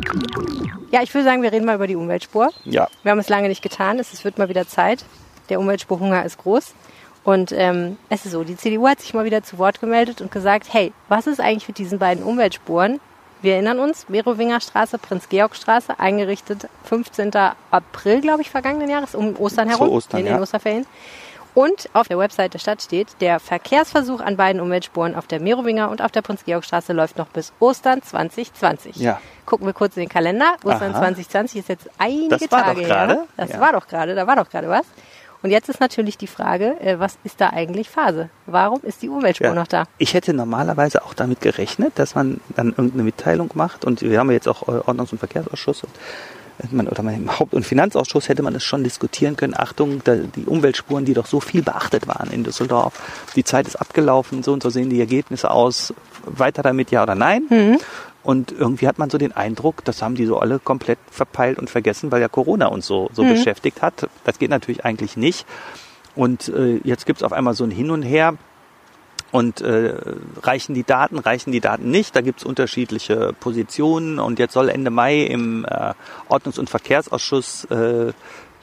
A: Ja, ich würde sagen, wir reden mal über die Umweltspur.
B: Ja.
A: Wir haben es lange nicht getan. Es wird mal wieder Zeit. Der Umweltspurhunger ist groß. Und ähm, es ist so, die C D U hat sich mal wieder zu Wort gemeldet und gesagt, hey, was ist eigentlich mit diesen beiden Umweltspuren? Wir erinnern uns, Merowinger Straße, Prinz-Georg-Straße, eingerichtet fünfzehnten April, glaube ich, vergangenen Jahres, um Ostern herum,
B: Zu Ostern,
A: in den
B: ja.
A: Osterferien. Und auf der Website der Stadt steht, der Verkehrsversuch an beiden Umweltspuren auf der Merowinger und auf der Prinz-Georg-Straße läuft noch bis Ostern zwanzig zwanzig.
B: Ja.
A: Gucken wir kurz in den Kalender. Ostern Aha. zwanzig zwanzig ist jetzt einige
B: das war
A: Tage
B: doch grade.
A: her. Das
B: ja.
A: war doch gerade, da war doch gerade was. Und jetzt ist natürlich die Frage, äh, was ist da eigentlich Phase? Warum ist die Umweltspur ja. noch da?
B: Ich hätte normalerweise auch damit gerechnet, dass man dann irgendeine Mitteilung macht. Und wir haben ja jetzt auch Ordnungs- und Verkehrsausschuss. Und man, oder man, im Haupt- und Finanzausschuss hätte man es schon diskutieren können. Achtung, da, die Umweltspuren, die doch so viel beachtet waren in Düsseldorf. Die Zeit ist abgelaufen, so und so sehen die Ergebnisse aus. Weiter damit, ja oder nein? Mhm. Und irgendwie hat man so den Eindruck, das haben die so alle komplett verpeilt und vergessen, weil ja Corona uns so, so mhm. beschäftigt hat. Das geht natürlich eigentlich nicht. Und äh, jetzt gibt's auf einmal so ein Hin und Her. Und äh, reichen die Daten, reichen die Daten nicht? Da gibt's unterschiedliche Positionen. Und jetzt soll Ende Mai im äh, Ordnungs- und Verkehrsausschuss äh,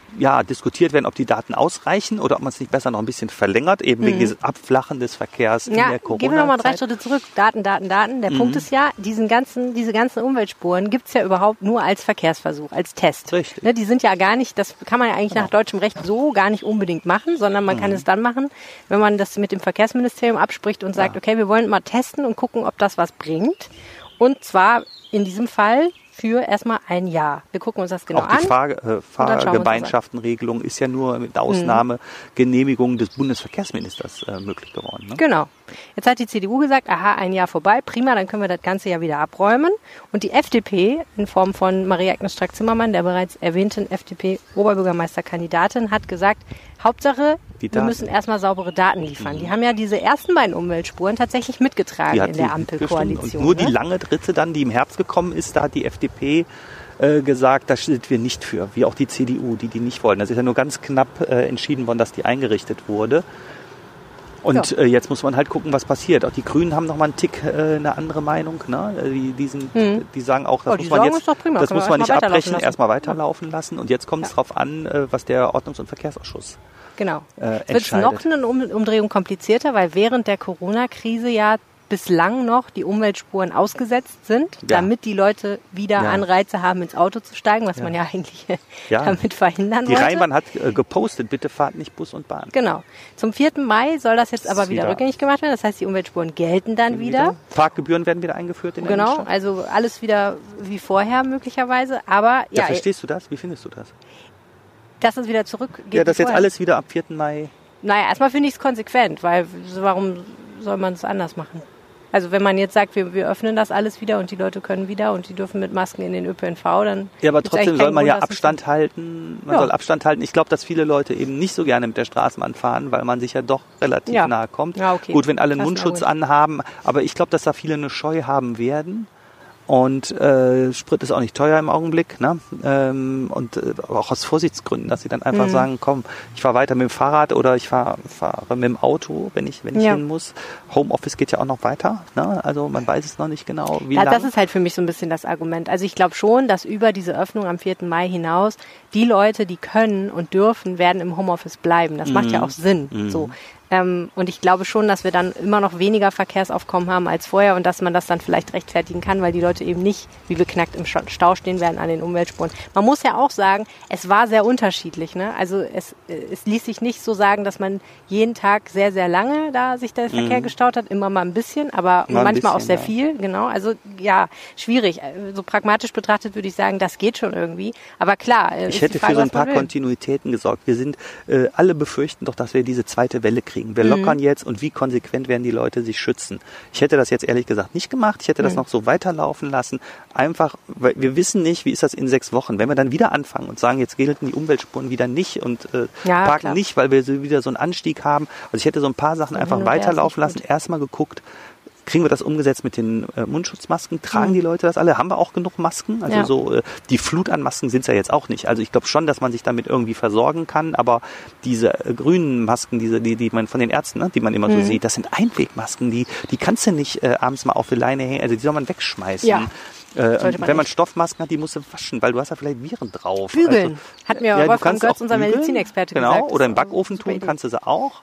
B: ja, diskutiert werden, ob die Daten ausreichen oder ob man es nicht besser noch ein bisschen verlängert, eben mhm. wegen dieses Abflachen des Verkehrs ja, in der Corona-Zeit.
A: Gehen wir nochmal drei Schritte zurück. Daten, Daten, Daten. Der mhm. Punkt ist ja, diesen ganzen, diese ganzen Umweltspuren gibt's ja überhaupt nur als Verkehrsversuch, als Test.
B: Richtig.
A: Ne, die sind ja gar nicht, das kann man ja eigentlich genau. nach deutschem Recht so gar nicht unbedingt machen, sondern man mhm. kann es dann machen, wenn man das mit dem Verkehrsministerium abspricht und sagt, ja. okay, wir wollen mal testen und gucken, ob das was bringt. Und zwar in diesem Fall für erstmal ein Jahr. Wir gucken uns das genau an.
B: Auch die Fahr- äh, Fahrgemeinschaftenregelung ist ja nur mit Ausnahme Genehmigung des Bundesverkehrsministers äh, möglich geworden. Ne?
A: Genau. Jetzt hat die C D U gesagt, aha, ein Jahr vorbei, prima, dann können wir das Ganze ja wieder abräumen. Und die F D P in Form von Maria-Agnes Strack-Zimmermann, der bereits erwähnten F D P-Oberbürgermeisterkandidatin, hat gesagt, Hauptsache, wir müssen erstmal saubere Daten liefern. Mhm. Die haben ja diese ersten beiden Umweltspuren tatsächlich mitgetragen in der Ampelkoalition.
B: Und nur
A: ne?
B: die lange dritte dann, die im Herbst gekommen ist, da hat die F D P äh, gesagt, da sind wir nicht für, wie auch die C D U, die die nicht wollen. Das ist ja nur ganz knapp äh, entschieden worden, dass die eingerichtet wurde. Und ja. äh, jetzt muss man halt gucken, was passiert. Auch die Grünen haben noch mal einen Tick äh, eine andere Meinung. Ne? Die, die, sind, mhm. die sagen auch, das
A: oh,
B: muss man jetzt,
A: prima,
B: das muss man nicht abbrechen, erstmal weiterlaufen
A: ja.
B: lassen. Und jetzt kommt es ja. drauf an, äh, was der Ordnungs- und Verkehrsausschuss
A: Genau.
B: Äh,
A: wird es noch eine um- Umdrehung komplizierter, weil während der Corona-Krise ja bislang noch die Umweltspuren ausgesetzt sind, ja. damit die Leute wieder ja. Anreize haben, ins Auto zu steigen, was ja. man ja eigentlich ja. damit verhindern
B: die
A: wollte.
B: Die Rheinbahn hat äh, gepostet, bitte fahrt nicht Bus und Bahn.
A: Genau. Zum vierten Mai soll das jetzt aber wieder, wieder rückgängig gemacht werden. Das heißt, die Umweltspuren gelten dann wieder. wieder.
B: Parkgebühren werden wieder eingeführt in der
A: Genau,
B: Innenstadt.
A: Also alles wieder wie vorher möglicherweise. Aber
B: ja,
A: ja,
B: verstehst du das? Wie findest du das?
A: Dass es wieder zurückgeht.
B: Ja, dass jetzt alles wieder ab vierten Mai...
A: Naja, erstmal finde ich es konsequent, weil warum soll man es anders machen? Also wenn man jetzt sagt, wir, wir öffnen das alles wieder und die Leute können wieder und die dürfen mit Masken in den Ö P N V, dann...
B: Ja, aber trotzdem soll man ja Abstand halten. Man
A: ja.
B: soll Abstand halten. Ich glaube, dass viele Leute eben nicht so gerne mit der Straßenbahn fahren, weil man sich ja doch relativ
A: ja.
B: nahe kommt.
A: Ja, okay.
B: Gut, wenn alle einen Mundschutz anhaben, aber ich glaube, dass da viele eine Scheu haben werden. Und äh, Sprit ist auch nicht teuer im Augenblick, ne? Ähm, und äh, auch aus Vorsichtsgründen, dass sie dann einfach mhm. sagen, komm, ich fahre weiter mit dem Fahrrad oder ich fahr, fahre mit dem Auto, wenn ich wenn ich ja. hin muss. Homeoffice geht ja auch noch weiter, ne? Also man weiß es noch nicht genau, wie
A: ja,
B: lange.
A: Das ist halt für mich so ein bisschen das Argument. Also ich glaube schon, dass über diese Öffnung am vierten Mai hinaus die Leute, die können und dürfen, werden im Homeoffice bleiben. Das mhm. macht ja auch Sinn.
B: Mhm.
A: So. Ähm, und ich glaube schon, dass wir dann immer noch weniger Verkehrsaufkommen haben als vorher und dass man das dann vielleicht rechtfertigen kann, weil die Leute eben nicht wie beknackt im Stau stehen werden an den Umweltspuren. Man muss ja auch sagen, es war sehr unterschiedlich. Ne? Also es, es ließ sich nicht so sagen, dass man jeden Tag sehr, sehr lange da sich der Verkehr mhm. gestaut hat, immer mal ein bisschen, aber mal manchmal bisschen, auch sehr ja. viel. Genau. Also ja, schwierig. So pragmatisch betrachtet würde ich sagen, das geht schon irgendwie. Aber klar,
B: ich hätte Frage, für so ein paar Kontinuitäten gesorgt. Wir sind, äh, alle befürchten doch, dass wir diese zweite Welle kriegen. Wir lockern mhm. jetzt und wie konsequent werden die Leute sich schützen. Ich hätte das jetzt ehrlich gesagt nicht gemacht. Ich hätte das mhm. noch so weiterlaufen lassen. Einfach, weil wir wissen nicht, wie ist das in sechs Wochen. Wenn wir dann wieder anfangen und sagen, jetzt gelten die Umweltspuren wieder nicht und äh,
A: ja,
B: parken
A: klar.
B: nicht, weil wir so wieder so einen Anstieg haben. Also ich hätte so ein paar Sachen
A: ja,
B: einfach weiterlaufen lassen. Erstmal geguckt, kriegen wir das umgesetzt mit den äh, Mundschutzmasken? Tragen mhm. die Leute das alle? Haben wir auch genug Masken? Also
A: ja.
B: so äh, die Flut an Masken sind es ja jetzt auch nicht. Also ich glaube schon, dass man sich damit irgendwie versorgen kann, aber diese äh, grünen Masken, diese die die man von den Ärzten, ne, die man immer mhm. so sieht, das sind Einwegmasken, die die kannst du nicht äh, abends mal auf die Leine hängen, also die soll man wegschmeißen.
A: Ja.
B: Äh, man wenn man Stoffmasken hat, die musst du waschen, weil du hast ja vielleicht Viren drauf.
A: Bügeln.
B: Also,
A: hat mir
B: ja,
A: Wolfgang Götz, unser Medizinexperte,
B: genau,
A: gesagt.
B: Oder im Backofen tun kannst du sie auch.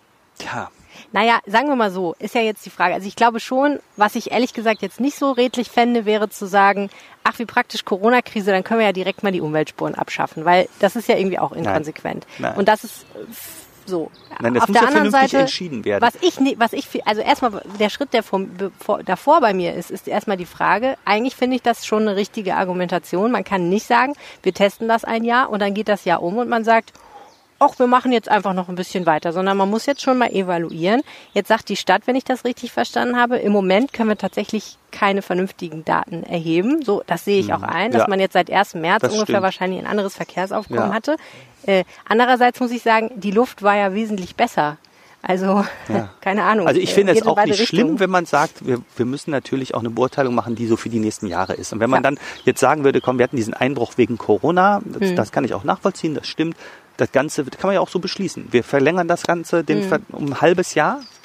B: Tja.
A: Naja, sagen wir mal so, ist ja jetzt die Frage. Also ich glaube schon, was ich ehrlich gesagt jetzt nicht so redlich fände, wäre zu sagen, ach wie praktisch Corona-Krise, dann können wir ja direkt mal die Umweltspuren abschaffen, weil das ist ja irgendwie auch inkonsequent.
B: Nein. Nein.
A: Und das ist so.
B: Nein, das
A: auf
B: muss
A: der
B: ja
A: anderen
B: vernünftig
A: Seite,
B: entschieden werden.
A: Was ich, was ich, also erstmal der Schritt, der vom, bevor, davor bei mir ist, ist erstmal die Frage, eigentlich finde ich das schon eine richtige Argumentation. Man kann nicht sagen, wir testen das ein Jahr und dann geht das Jahr um und man sagt, ach, wir machen jetzt einfach noch ein bisschen weiter, sondern man muss jetzt schon mal evaluieren. Jetzt sagt die Stadt, wenn ich das richtig verstanden habe, im Moment können wir tatsächlich keine vernünftigen Daten erheben. So, das sehe ich auch ein, dass
B: ja.
A: man jetzt seit ersten März
B: das
A: ungefähr
B: stimmt.
A: wahrscheinlich ein anderes Verkehrsaufkommen
B: ja.
A: hatte. Äh, andererseits muss ich sagen, die Luft war ja wesentlich besser. Also,
B: ja.
A: keine Ahnung.
B: Also ich finde es auch nicht
A: Richtungen.
B: schlimm, wenn man sagt, wir, wir müssen natürlich auch eine Beurteilung machen, die so für die nächsten Jahre ist. Und wenn man ja. dann jetzt sagen würde, komm, wir hatten diesen Einbruch wegen Corona, das, hm. das kann ich auch nachvollziehen, das stimmt. Das Ganze kann man ja auch so beschließen. Wir verlängern das Ganze den, hm. um ein halbes Jahr.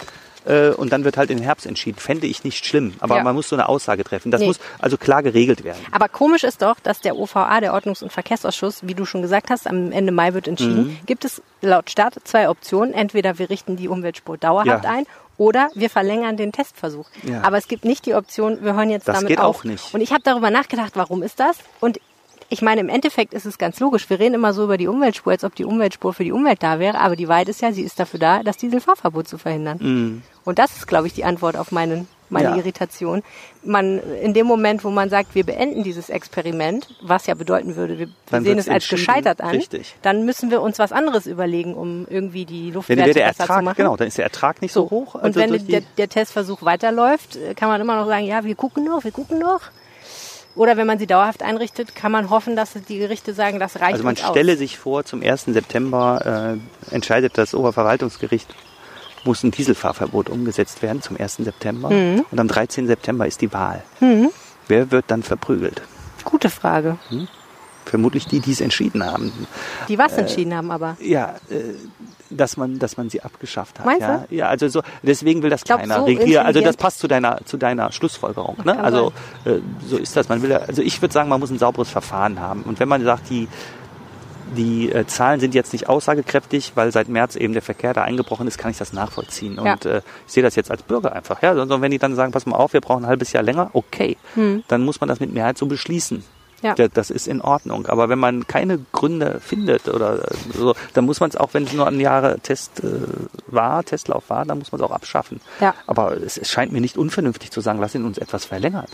B: äh, und dann wird halt im Herbst entschieden. Fände ich nicht schlimm, aber
A: Ja.
B: man muss so eine Aussage treffen. Das
A: Nee.
B: muss also klar geregelt werden.
A: Aber komisch ist doch, dass der O V A, der Ordnungs- und Verkehrsausschuss, wie du schon gesagt hast, am Ende Mai wird entschieden,
B: Mhm.
A: gibt es laut Staat zwei Optionen. Entweder wir richten die Umweltspur dauerhaft
B: Ja.
A: ein oder wir verlängern den Testversuch.
B: Ja.
A: Aber es gibt nicht die Option, wir hören jetzt
B: Das
A: damit
B: geht
A: auf.
B: auch nicht.
A: Und ich habe darüber nachgedacht, warum ist das? Und ich meine, im Endeffekt ist es ganz logisch. Wir reden immer so über die Umweltspur, als ob die Umweltspur für die Umwelt da wäre. Aber die Wahrheit ist ja, sie ist dafür da, das Dieselfahrverbot zu verhindern.
B: Mhm.
A: Und das ist, glaube ich, die Antwort auf meinen, meine
B: Ja.
A: Irritation. Man, in dem Moment, wo man sagt, wir beenden dieses Experiment, was ja bedeuten würde, wir, wir
B: Dann
A: sehen
B: wird's
A: es als
B: entschieden.
A: gescheitert an,
B: Richtig.
A: dann müssen wir uns was anderes überlegen, um irgendwie die
B: Wenn
A: Luftwerte
B: der, der
A: besser zu
B: Ertrag,
A: machen.
B: genau, dann ist der Ertrag nicht so, hoch.
A: Und
B: also
A: wenn
B: durch
A: der,
B: die,
A: der Testversuch weiterläuft, kann man immer noch sagen, ja, wir gucken noch, wir gucken noch. Oder wenn man sie dauerhaft einrichtet, kann man hoffen, dass die Gerichte sagen, das reicht
B: also man
A: uns aus.
B: stelle sich vor, zum ersten September äh, entscheidet das Oberverwaltungsgericht, muss ein Dieselfahrverbot umgesetzt werden zum ersten September.
A: Mhm.
B: Und am dreizehnten September ist die Wahl.
A: Mhm.
B: Wer wird dann verprügelt?
A: Gute Frage.
B: Vermutlich die, die es entschieden haben.
A: Die was entschieden haben aber.
B: Ja, äh, dass man, dass man sie abgeschafft hat.
A: Meinst
B: ja? Ja, also so, deswegen will das
A: glaub,
B: keiner
A: so
B: regieren. Also das
A: intelligent-
B: passt zu deiner, zu deiner Schlussfolgerung. Ne?
A: Kann
B: Also äh, so ist das. Man will, ja- also ich würde sagen, man muss ein sauberes Verfahren haben. Und wenn man sagt, die die äh, Zahlen sind jetzt nicht aussagekräftig, weil seit März eben der Verkehr da eingebrochen ist, kann ich das nachvollziehen.
A: Ja.
B: Und äh, ich sehe das jetzt als Bürger einfach. Ja, sondern wenn die dann sagen, pass mal auf, wir brauchen ein halbes Jahr länger, okay,
A: Hm.
B: dann muss man das mit Mehrheit so beschließen.
A: Ja.
B: Da- Das ist in Ordnung. Aber wenn man keine Gründe findet oder so, dann muss man es auch, wenn es nur ein Jahre Test äh, war, Testlauf war, dann muss man es auch abschaffen.
A: Ja.
B: Aber es, es scheint mir nicht unvernünftig zu sagen, lass ihn uns etwas verlängern.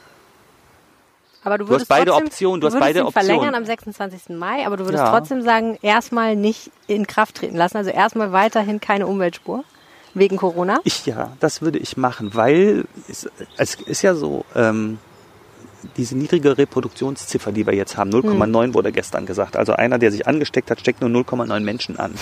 A: Aber du
B: hast
A: würdest
B: beide
A: trotzdem,
B: Optionen, du hast
A: würdest
B: beide
A: ihn
B: Optionen.
A: verlängern am sechsundzwanzigsten Mai, aber du würdest
B: Ja.
A: trotzdem sagen, erstmal nicht in Kraft treten lassen. Also erstmal weiterhin keine Umweltspur wegen Corona.
B: Ich ja, das würde ich machen, weil es, es ist ja so, ähm, diese niedrige Reproduktionsziffer, die wir jetzt haben, null Komma neun wurde gestern gesagt. Also einer, der sich angesteckt hat, steckt nur null Komma neun Menschen an.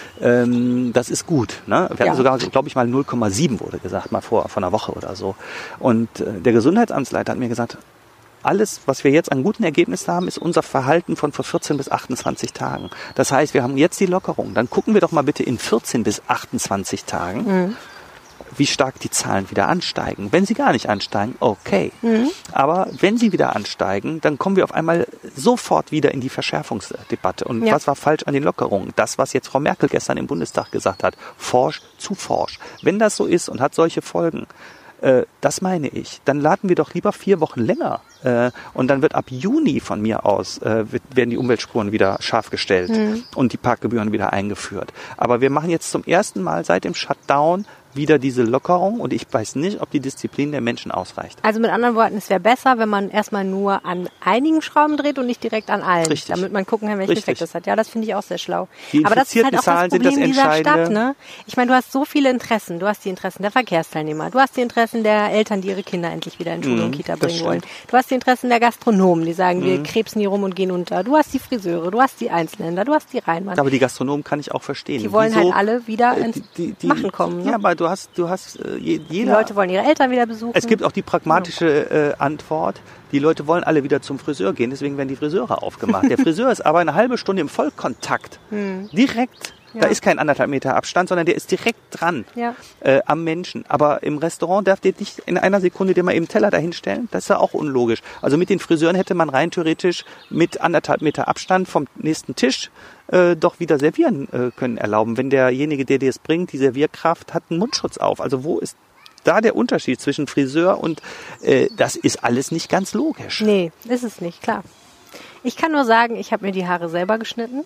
B: ähm, das ist gut. Ne? Wir
A: Ja.
B: hatten sogar, glaube ich mal, null Komma sieben wurde gesagt, mal vor, vor einer Woche oder so. Und äh, der Gesundheitsamtsleiter hat mir gesagt, alles, was wir jetzt an guten Ergebnissen haben, ist unser Verhalten von vor vierzehn bis achtundzwanzig Tagen. Das heißt, wir haben jetzt die Lockerung. Dann gucken wir doch mal bitte in vierzehn bis achtundzwanzig Tagen,
A: Mhm.
B: wie stark die Zahlen wieder ansteigen. Wenn sie gar nicht ansteigen, okay.
A: Mhm.
B: Aber wenn sie wieder ansteigen, dann kommen wir auf einmal sofort wieder in die Verschärfungsdebatte. Und
A: Ja.
B: was war falsch an den Lockerungen? Das, was jetzt Frau Merkel gestern im Bundestag gesagt hat. Forsch zu forsch. Wenn das so ist und hat solche Folgen, äh, das meine ich, dann laden wir doch lieber vier Wochen länger. Äh, und dann wird ab Juni von mir aus, äh, wird, werden die Umweltspuren wieder scharf gestellt
A: Mhm.
B: und die Parkgebühren wieder eingeführt. Aber wir machen jetzt zum ersten Mal seit dem Shutdown wieder diese Lockerung und ich weiß nicht, ob die Disziplin der Menschen ausreicht.
A: Also mit anderen Worten, es wäre besser, wenn man erstmal nur an einigen Schrauben dreht und nicht direkt an allen,
B: Richtig.
A: damit man gucken kann, welchen
B: Richtig.
A: Effekt das hat. Ja, das finde ich auch sehr schlau.
B: Die
A: Aber das ist halt
B: infizierten
A: auch
B: Zahlen
A: das
B: sind das
A: Problem dieser
B: Entscheidende.
A: Stadt. Ne? Ich meine, du hast so viele Interessen. Du hast die Interessen der Verkehrsteilnehmer, du hast die Interessen der Eltern, die ihre Kinder endlich wieder in Schule
B: Mhm,
A: und Kita
B: das
A: bringen
B: stimmt.
A: wollen. Du hast die Interessen der Gastronomen, die sagen, wir krebsen hier rum und gehen unter. Du hast die Friseure, du hast die Einzelhändler, du hast die Rheinmann.
B: Aber die Gastronomen kann ich auch verstehen.
A: Die wollen
B: Wieso,
A: halt alle wieder
B: äh,
A: ins
B: die- die- die-
A: Machen kommen. Ne?
B: Ja, aber du hast, du hast äh, je-
A: die
B: jeder.
A: Leute wollen ihre Eltern wieder besuchen.
B: Es gibt auch die pragmatische äh, Antwort. Die Leute wollen alle wieder zum Friseur gehen, deswegen werden die Friseure aufgemacht. Der Friseur ist aber eine halbe Stunde im Vollkontakt. Direkt. Da
A: Ja.
B: ist kein anderthalb Meter Abstand, sondern der ist direkt dran
A: Ja.
B: äh, am Menschen. Aber im Restaurant darf der nicht in einer Sekunde dir mal eben Teller dahinstellen. Das ist ja auch unlogisch. Also mit den Friseuren hätte man rein theoretisch mit anderthalb Meter Abstand vom nächsten Tisch äh, doch wieder servieren äh, können erlauben. Wenn derjenige, der dir es bringt, die Servierkraft, hat einen Mundschutz auf. Also wo ist da der Unterschied zwischen Friseur und äh, das ist alles nicht ganz logisch.
A: Nee, ist es nicht, klar. Ich kann nur sagen, ich habe mir die Haare selber geschnitten.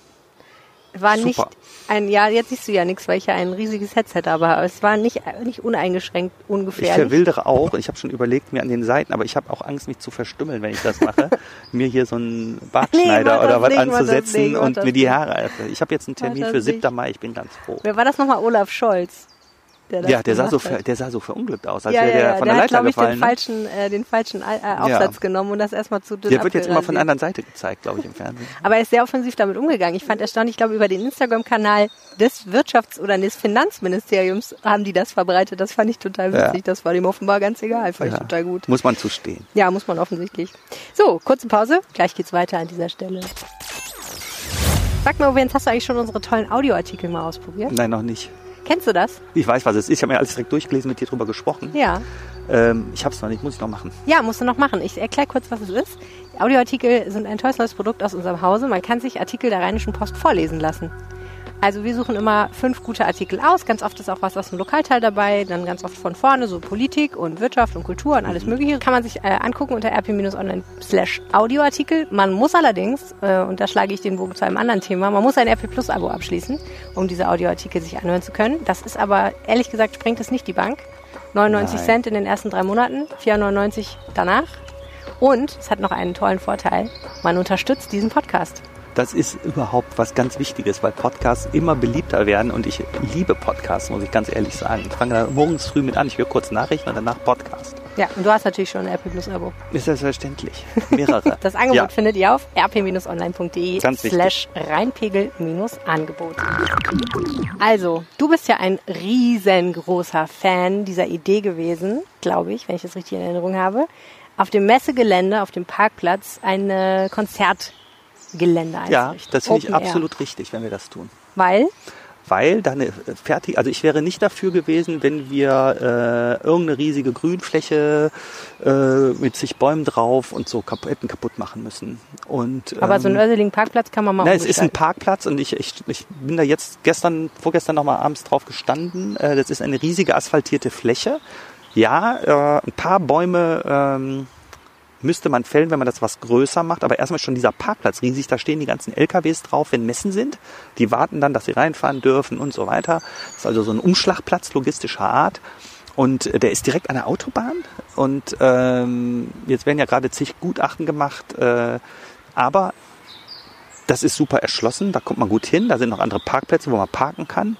A: War
B: Super.
A: nicht ein, ja, jetzt siehst du ja nichts, weil ich ja ein riesiges Headset habe, aber es war nicht, nicht uneingeschränkt,
B: Ich
A: ungefährlich.
B: verwildere auch. Ich habe schon überlegt, mir an den Seiten, aber ich habe auch Angst, mich zu verstümmeln, wenn ich das mache. Mir hier so einen Bartschneider
A: mach
B: oder
A: das
B: was
A: nicht, mach das
B: anzusetzen
A: nicht, mach
B: und
A: das
B: mir die
A: nicht.
B: Haare. Ich habe jetzt einen Termin
A: das
B: für
A: nicht.
B: siebten Mai. Ich bin ganz froh.
A: Wer war das nochmal? Olaf Scholz. Der das
B: Ja, der sah, so
A: gemacht
B: ver,
A: hat.
B: der sah so verunglückt aus, als
A: ja,
B: wäre
A: ja,
B: der
A: ja,
B: von
A: der
B: der
A: hat,
B: Leiter
A: glaube ich, den
B: gefallen. Ne?
A: falschen, äh, den falschen äh, Aufsatz genommen und das erstmal zu dünn
B: Der wird jetzt immer von der
A: abgerasiert.
B: anderen Seite gezeigt, glaube ich, im Fernsehen.
A: Aber er ist sehr offensiv damit umgegangen. Ich fand erstaunlich, ich glaube, über den Instagram-Kanal des Wirtschafts- oder des Finanzministeriums haben die das verbreitet. Das fand ich total witzig.
B: Ja.
A: Das war dem offenbar ganz egal. Fand
B: Ja.
A: ich total gut.
B: Muss man zustehen.
A: Ja, muss man offensichtlich. So, kurze Pause. Gleich geht's weiter an dieser Stelle. Sag mal, Jens, hast du eigentlich schon unsere tollen Audioartikel mal ausprobiert?
B: Nein, noch nicht.
A: Kennst du das?
B: Ich weiß, was es ist. Ich habe mir alles direkt durchgelesen, mit dir drüber gesprochen.
A: Ja.
B: Ähm, ich habe es noch nicht, muss ich noch machen.
A: Ja, musst du noch machen. Ich erkläre kurz, was es ist. Audioartikel sind ein tolles neues Produkt aus unserem Hause. Man kann sich Artikel der Rheinischen Post vorlesen lassen. Also wir suchen immer fünf gute Artikel aus. Ganz oft ist auch was aus dem Lokalteil dabei. Dann ganz oft von vorne so Politik und Wirtschaft und Kultur und alles Mögliche. Kann man sich äh, angucken unter rp-online slash Audioartikel. Man muss allerdings, äh, und da schlage ich den Bogen zu einem anderen Thema, man muss ein R P Plus Abo abschließen, um diese Audioartikel sich anhören zu können. Das ist aber, ehrlich gesagt, sprengt es nicht die Bank. neunundneunzig
B: Nein.
A: Cent in den ersten drei Monaten, vier neunundneunzig danach. Und es hat noch einen tollen Vorteil. Man unterstützt diesen Podcast.
B: Das ist überhaupt was ganz Wichtiges, weil Podcasts immer beliebter werden und ich liebe Podcasts, muss ich ganz ehrlich sagen. Ich fange da morgens früh mit an, ich höre kurz Nachrichten und danach Podcast.
A: Ja, und du hast natürlich schon ein R P Plus Abo.
B: Ist selbstverständlich. Mehrere.
A: Das Angebot
B: ja.
A: findet ihr auf rp-online.de
B: Ganz
A: slash Rheinpegel-Angebot. Also, du bist ja ein riesengroßer Fan dieser Idee gewesen, glaube ich, wenn ich das richtig in Erinnerung habe, auf dem Messegelände, auf dem Parkplatz eine Konzert Gelände einzurichten.
B: Ja, das finde ich
A: Open
B: absolut
A: Air.
B: richtig, wenn wir das tun.
A: Weil?
B: Weil da eine fertig, also ich wäre nicht dafür gewesen, wenn wir äh, irgendeine riesige Grünfläche äh, mit zig Bäumen drauf und so kaputt, hätten kaputt machen müssen. Und, ähm,
A: Aber so einen örseligen Parkplatz kann man mal
B: na, es ist ein
A: umgestalten.
B: Parkplatz und ich, ich, ich bin da jetzt gestern, vorgestern noch mal abends drauf gestanden. Äh, das ist eine riesige asphaltierte Fläche. Ja, äh, ein paar Bäume ähm, müsste man fällen, wenn man das was größer macht. Aber erstmal schon dieser Parkplatz riesig, da stehen die ganzen L K Ws drauf, wenn Messen sind. Die warten dann, dass sie reinfahren dürfen und so weiter. Das ist also so ein Umschlagplatz logistischer Art. Und der ist direkt an der Autobahn. Und ähm, jetzt werden ja gerade zig Gutachten gemacht. Äh, aber das ist super erschlossen, da kommt man gut hin. Da sind noch andere Parkplätze, wo man parken kann.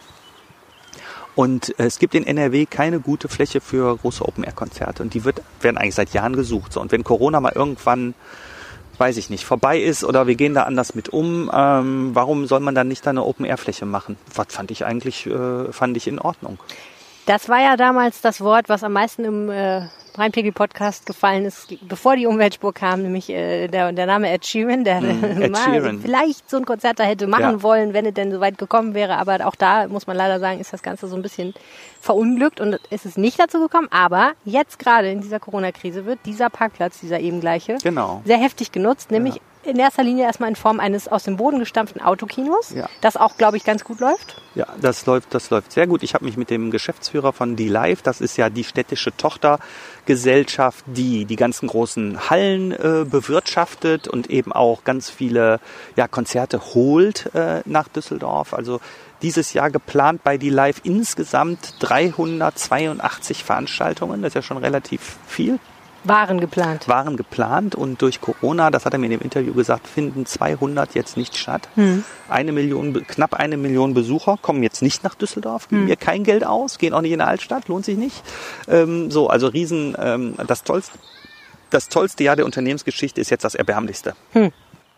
B: Und es gibt in N R W keine gute Fläche für große Open-Air-Konzerte. Und die wird, werden eigentlich seit Jahren gesucht. So, und wenn Corona mal irgendwann, weiß ich nicht, vorbei ist oder wir gehen da anders mit um, ähm, warum soll man dann nicht da eine Open-Air-Fläche machen? Was fand ich eigentlich, äh, fand ich in Ordnung.
A: Das war ja damals das Wort, was am meisten im äh, Rheinpegel-Podcast gefallen ist, bevor die Umweltspur kam, nämlich äh, der, der Name Ed Sheeran, der
B: Mm, Ed
A: mal
B: Sheeran.
A: vielleicht so ein Konzert da hätte machen
B: Ja.
A: wollen, wenn es denn so weit gekommen wäre. Aber auch da, muss man leider sagen, ist das Ganze so ein bisschen verunglückt und ist es nicht dazu gekommen. Aber jetzt gerade in dieser Corona-Krise wird dieser Parkplatz, dieser eben gleiche,
B: Genau.
A: sehr heftig genutzt, nämlich in erster Linie erstmal in Form eines aus dem Boden gestampften Autokinos,
B: Ja.
A: das auch, glaube ich, ganz gut läuft.
B: Ja, das läuft, das läuft sehr gut. Ich habe mich mit dem Geschäftsführer von D-Live, das ist ja die städtische Tochtergesellschaft, die die ganzen großen Hallen äh, bewirtschaftet und eben auch ganz viele ja, Konzerte holt äh, nach Düsseldorf. Also dieses Jahr geplant bei D-Live insgesamt dreihundertzweiundachtzig Veranstaltungen. Das ist ja schon relativ viel.
A: Waren geplant.
B: Waren geplant und durch Corona, das hat er mir in dem Interview gesagt, finden zweihundert jetzt nicht statt.
A: Hm.
B: Eine Million, knapp eine Million Besucher kommen jetzt nicht nach Düsseldorf, geben
A: Hm.
B: mir kein Geld aus, gehen auch nicht in die Altstadt, lohnt sich nicht. Ähm, so, also riesen, ähm, das tollste, das tollste Jahr der Unternehmensgeschichte ist jetzt das erbärmlichste.
A: Hm.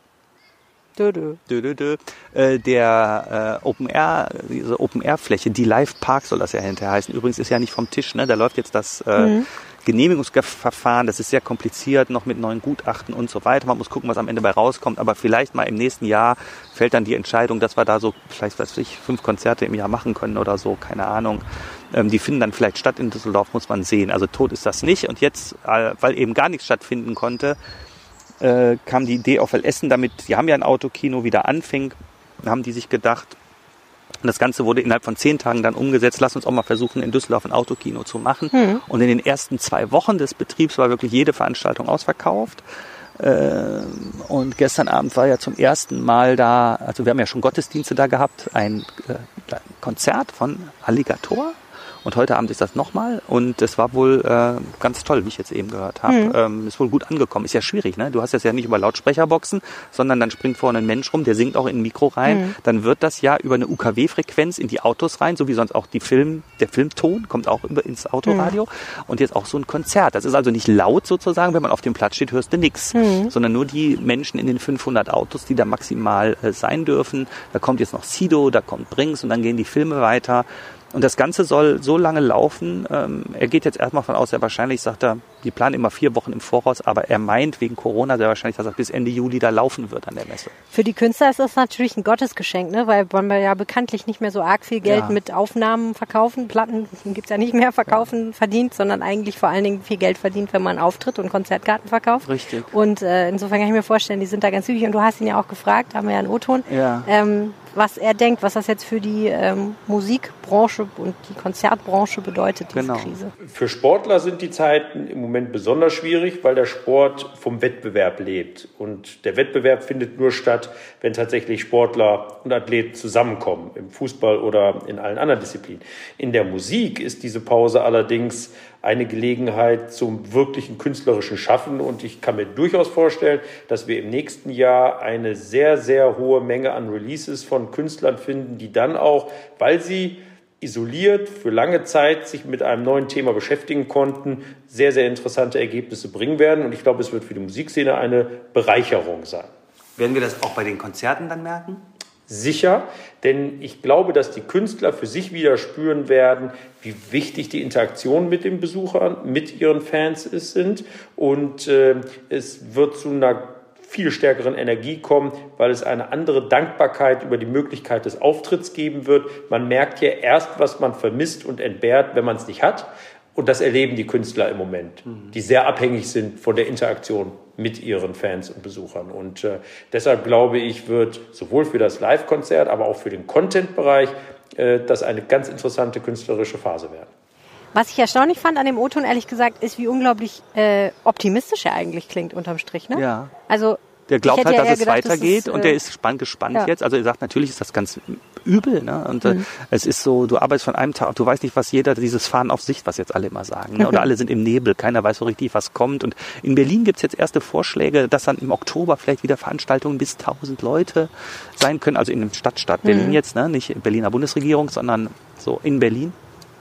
A: Dö, dö.
B: Dö, dö, dö. Äh, der äh, Open Air, diese Open Air Fläche, die Live Park soll das ja hinterher heißen. Übrigens ist ja nicht vom Tisch, ne? Da läuft jetzt das äh,
A: Mhm.
B: Genehmigungsverfahren, das ist sehr kompliziert, noch mit neuen Gutachten und so weiter. Man muss gucken, was am Ende bei rauskommt, aber vielleicht mal im nächsten Jahr fällt dann die Entscheidung, dass wir da so, vielleicht weiß ich, fünf Konzerte im Jahr machen können oder so, keine Ahnung. Ähm, die finden dann vielleicht statt in Düsseldorf, muss man sehen. Also tot ist das nicht. Und jetzt, äh, weil eben gar nichts stattfinden konnte, äh, kam die Idee auf, weil Essen damit, die haben ja ein Autokino, wieder anfing, haben die sich gedacht, und das Ganze wurde innerhalb von zehn Tagen dann umgesetzt. Lass uns auch mal versuchen, in Düsseldorf ein Autokino zu machen.
A: Mhm.
B: Und in den ersten zwei Wochen des Betriebs war wirklich jede Veranstaltung ausverkauft. Und gestern Abend war ja zum ersten Mal da, also wir haben ja schon Gottesdienste da gehabt, ein Konzert von Alligator. Und heute Abend ist das nochmal. Und es war wohl äh, ganz toll, wie ich jetzt eben gehört habe.
A: Mhm.
B: Ähm, ist wohl gut angekommen. Ist ja schwierig, ne? Du hast das ja nicht über Lautsprecherboxen, sondern dann springt vorne ein Mensch rum, der singt auch in ein Mikro rein.
A: Mhm.
B: Dann wird das ja über eine U K W-Frequenz in die Autos rein, so wie sonst auch die Film, der Filmton kommt auch über ins Autoradio. Mhm. Und jetzt auch so ein Konzert. Das ist also nicht laut sozusagen, wenn man auf dem Platz steht, hörst du nichts.
A: Mhm.
B: Sondern nur die Menschen in den fünfhundert Autos, die da maximal äh, sein dürfen. Da kommt jetzt noch Sido, da kommt Brings und dann gehen die Filme weiter. Und das Ganze soll so lange laufen. Ähm, er geht jetzt erstmal von aus, sehr wahrscheinlich, sagt er, die planen immer vier Wochen im Voraus, aber er meint wegen Corona sehr wahrscheinlich, dass er bis Ende Juli da laufen wird an der Messe.
A: Für die Künstler ist das natürlich ein Gottesgeschenk, ne? Weil wollen wir ja bekanntlich nicht mehr so arg viel Geld
B: Ja.
A: mit Aufnahmen verkaufen, Platten gibt's ja nicht mehr verkaufen, ja. verdient, sondern eigentlich vor allen Dingen viel Geld verdient, wenn man auftritt und Konzertkarten verkauft.
B: Richtig.
A: Und äh, insofern kann ich mir vorstellen, die sind da ganz zügig. Und du hast ihn ja auch gefragt, haben wir ja einen O-Ton,
B: Ja.
A: ähm, was er denkt, was das jetzt für die ähm, Musikbranche und die Konzertbranche bedeutet, diese
B: Genau.
A: Krise.
D: Für Sportler sind die Zeiten im Moment besonders schwierig, weil der Sport vom Wettbewerb lebt. Und der Wettbewerb findet nur statt, wenn tatsächlich Sportler und Athleten zusammenkommen, im Fußball oder in allen anderen Disziplinen. In der Musik ist diese Pause allerdings eine Gelegenheit zum wirklichen künstlerischen Schaffen. Und ich kann mir durchaus vorstellen, dass wir im nächsten Jahr eine sehr, sehr hohe Menge an Releases von Künstlern finden, die dann auch, weil sie isoliert für lange Zeit sich mit einem neuen Thema beschäftigen konnten, sehr, sehr interessante Ergebnisse bringen werden. Und ich glaube, es wird für die Musikszene eine Bereicherung sein.
B: Werden wir das auch bei den Konzerten dann merken?
D: Sicher, denn ich glaube, dass die Künstler für sich wieder spüren werden, wie wichtig die Interaktion mit den Besuchern, mit ihren Fans ist, sind. Und äh, es wird zu einer viel stärkeren Energie kommen, weil es eine andere Dankbarkeit über die Möglichkeit des Auftritts geben wird. Man merkt ja erst, was man vermisst und entbehrt, wenn man es nicht hat. Und das erleben die Künstler im Moment, die sehr abhängig sind von der Interaktion mit ihren Fans und Besuchern. Und äh, deshalb glaube ich, wird sowohl für das Live-Konzert, aber auch für den Content-Bereich äh, das eine ganz interessante künstlerische Phase werden.
A: Was ich erstaunlich fand an dem O-Ton, ehrlich gesagt, ist, wie unglaublich äh, optimistisch er eigentlich klingt unterm Strich. Ne?
B: Ja.
A: Also
B: Der glaubt halt,
A: ja
B: dass es
A: gedacht,
B: weitergeht
A: das ist,
B: und der ist spann, gespannt
A: ja.
B: jetzt. Also er sagt, natürlich ist das ganz übel. Ne? Und
A: mhm.
B: äh, es ist so, du arbeitest von einem Tag, du weißt nicht, was jeder, dieses Fahren auf Sicht, was jetzt alle immer sagen. Ne? Oder alle sind im Nebel, keiner weiß so richtig, was kommt. Und in Berlin gibt's jetzt erste Vorschläge, dass dann im Oktober vielleicht wieder Veranstaltungen bis tausend Leute sein können. Also in dem Stadtstaat mhm. Berlin jetzt, ne? Nicht Berliner Bundesregierung, sondern so in Berlin.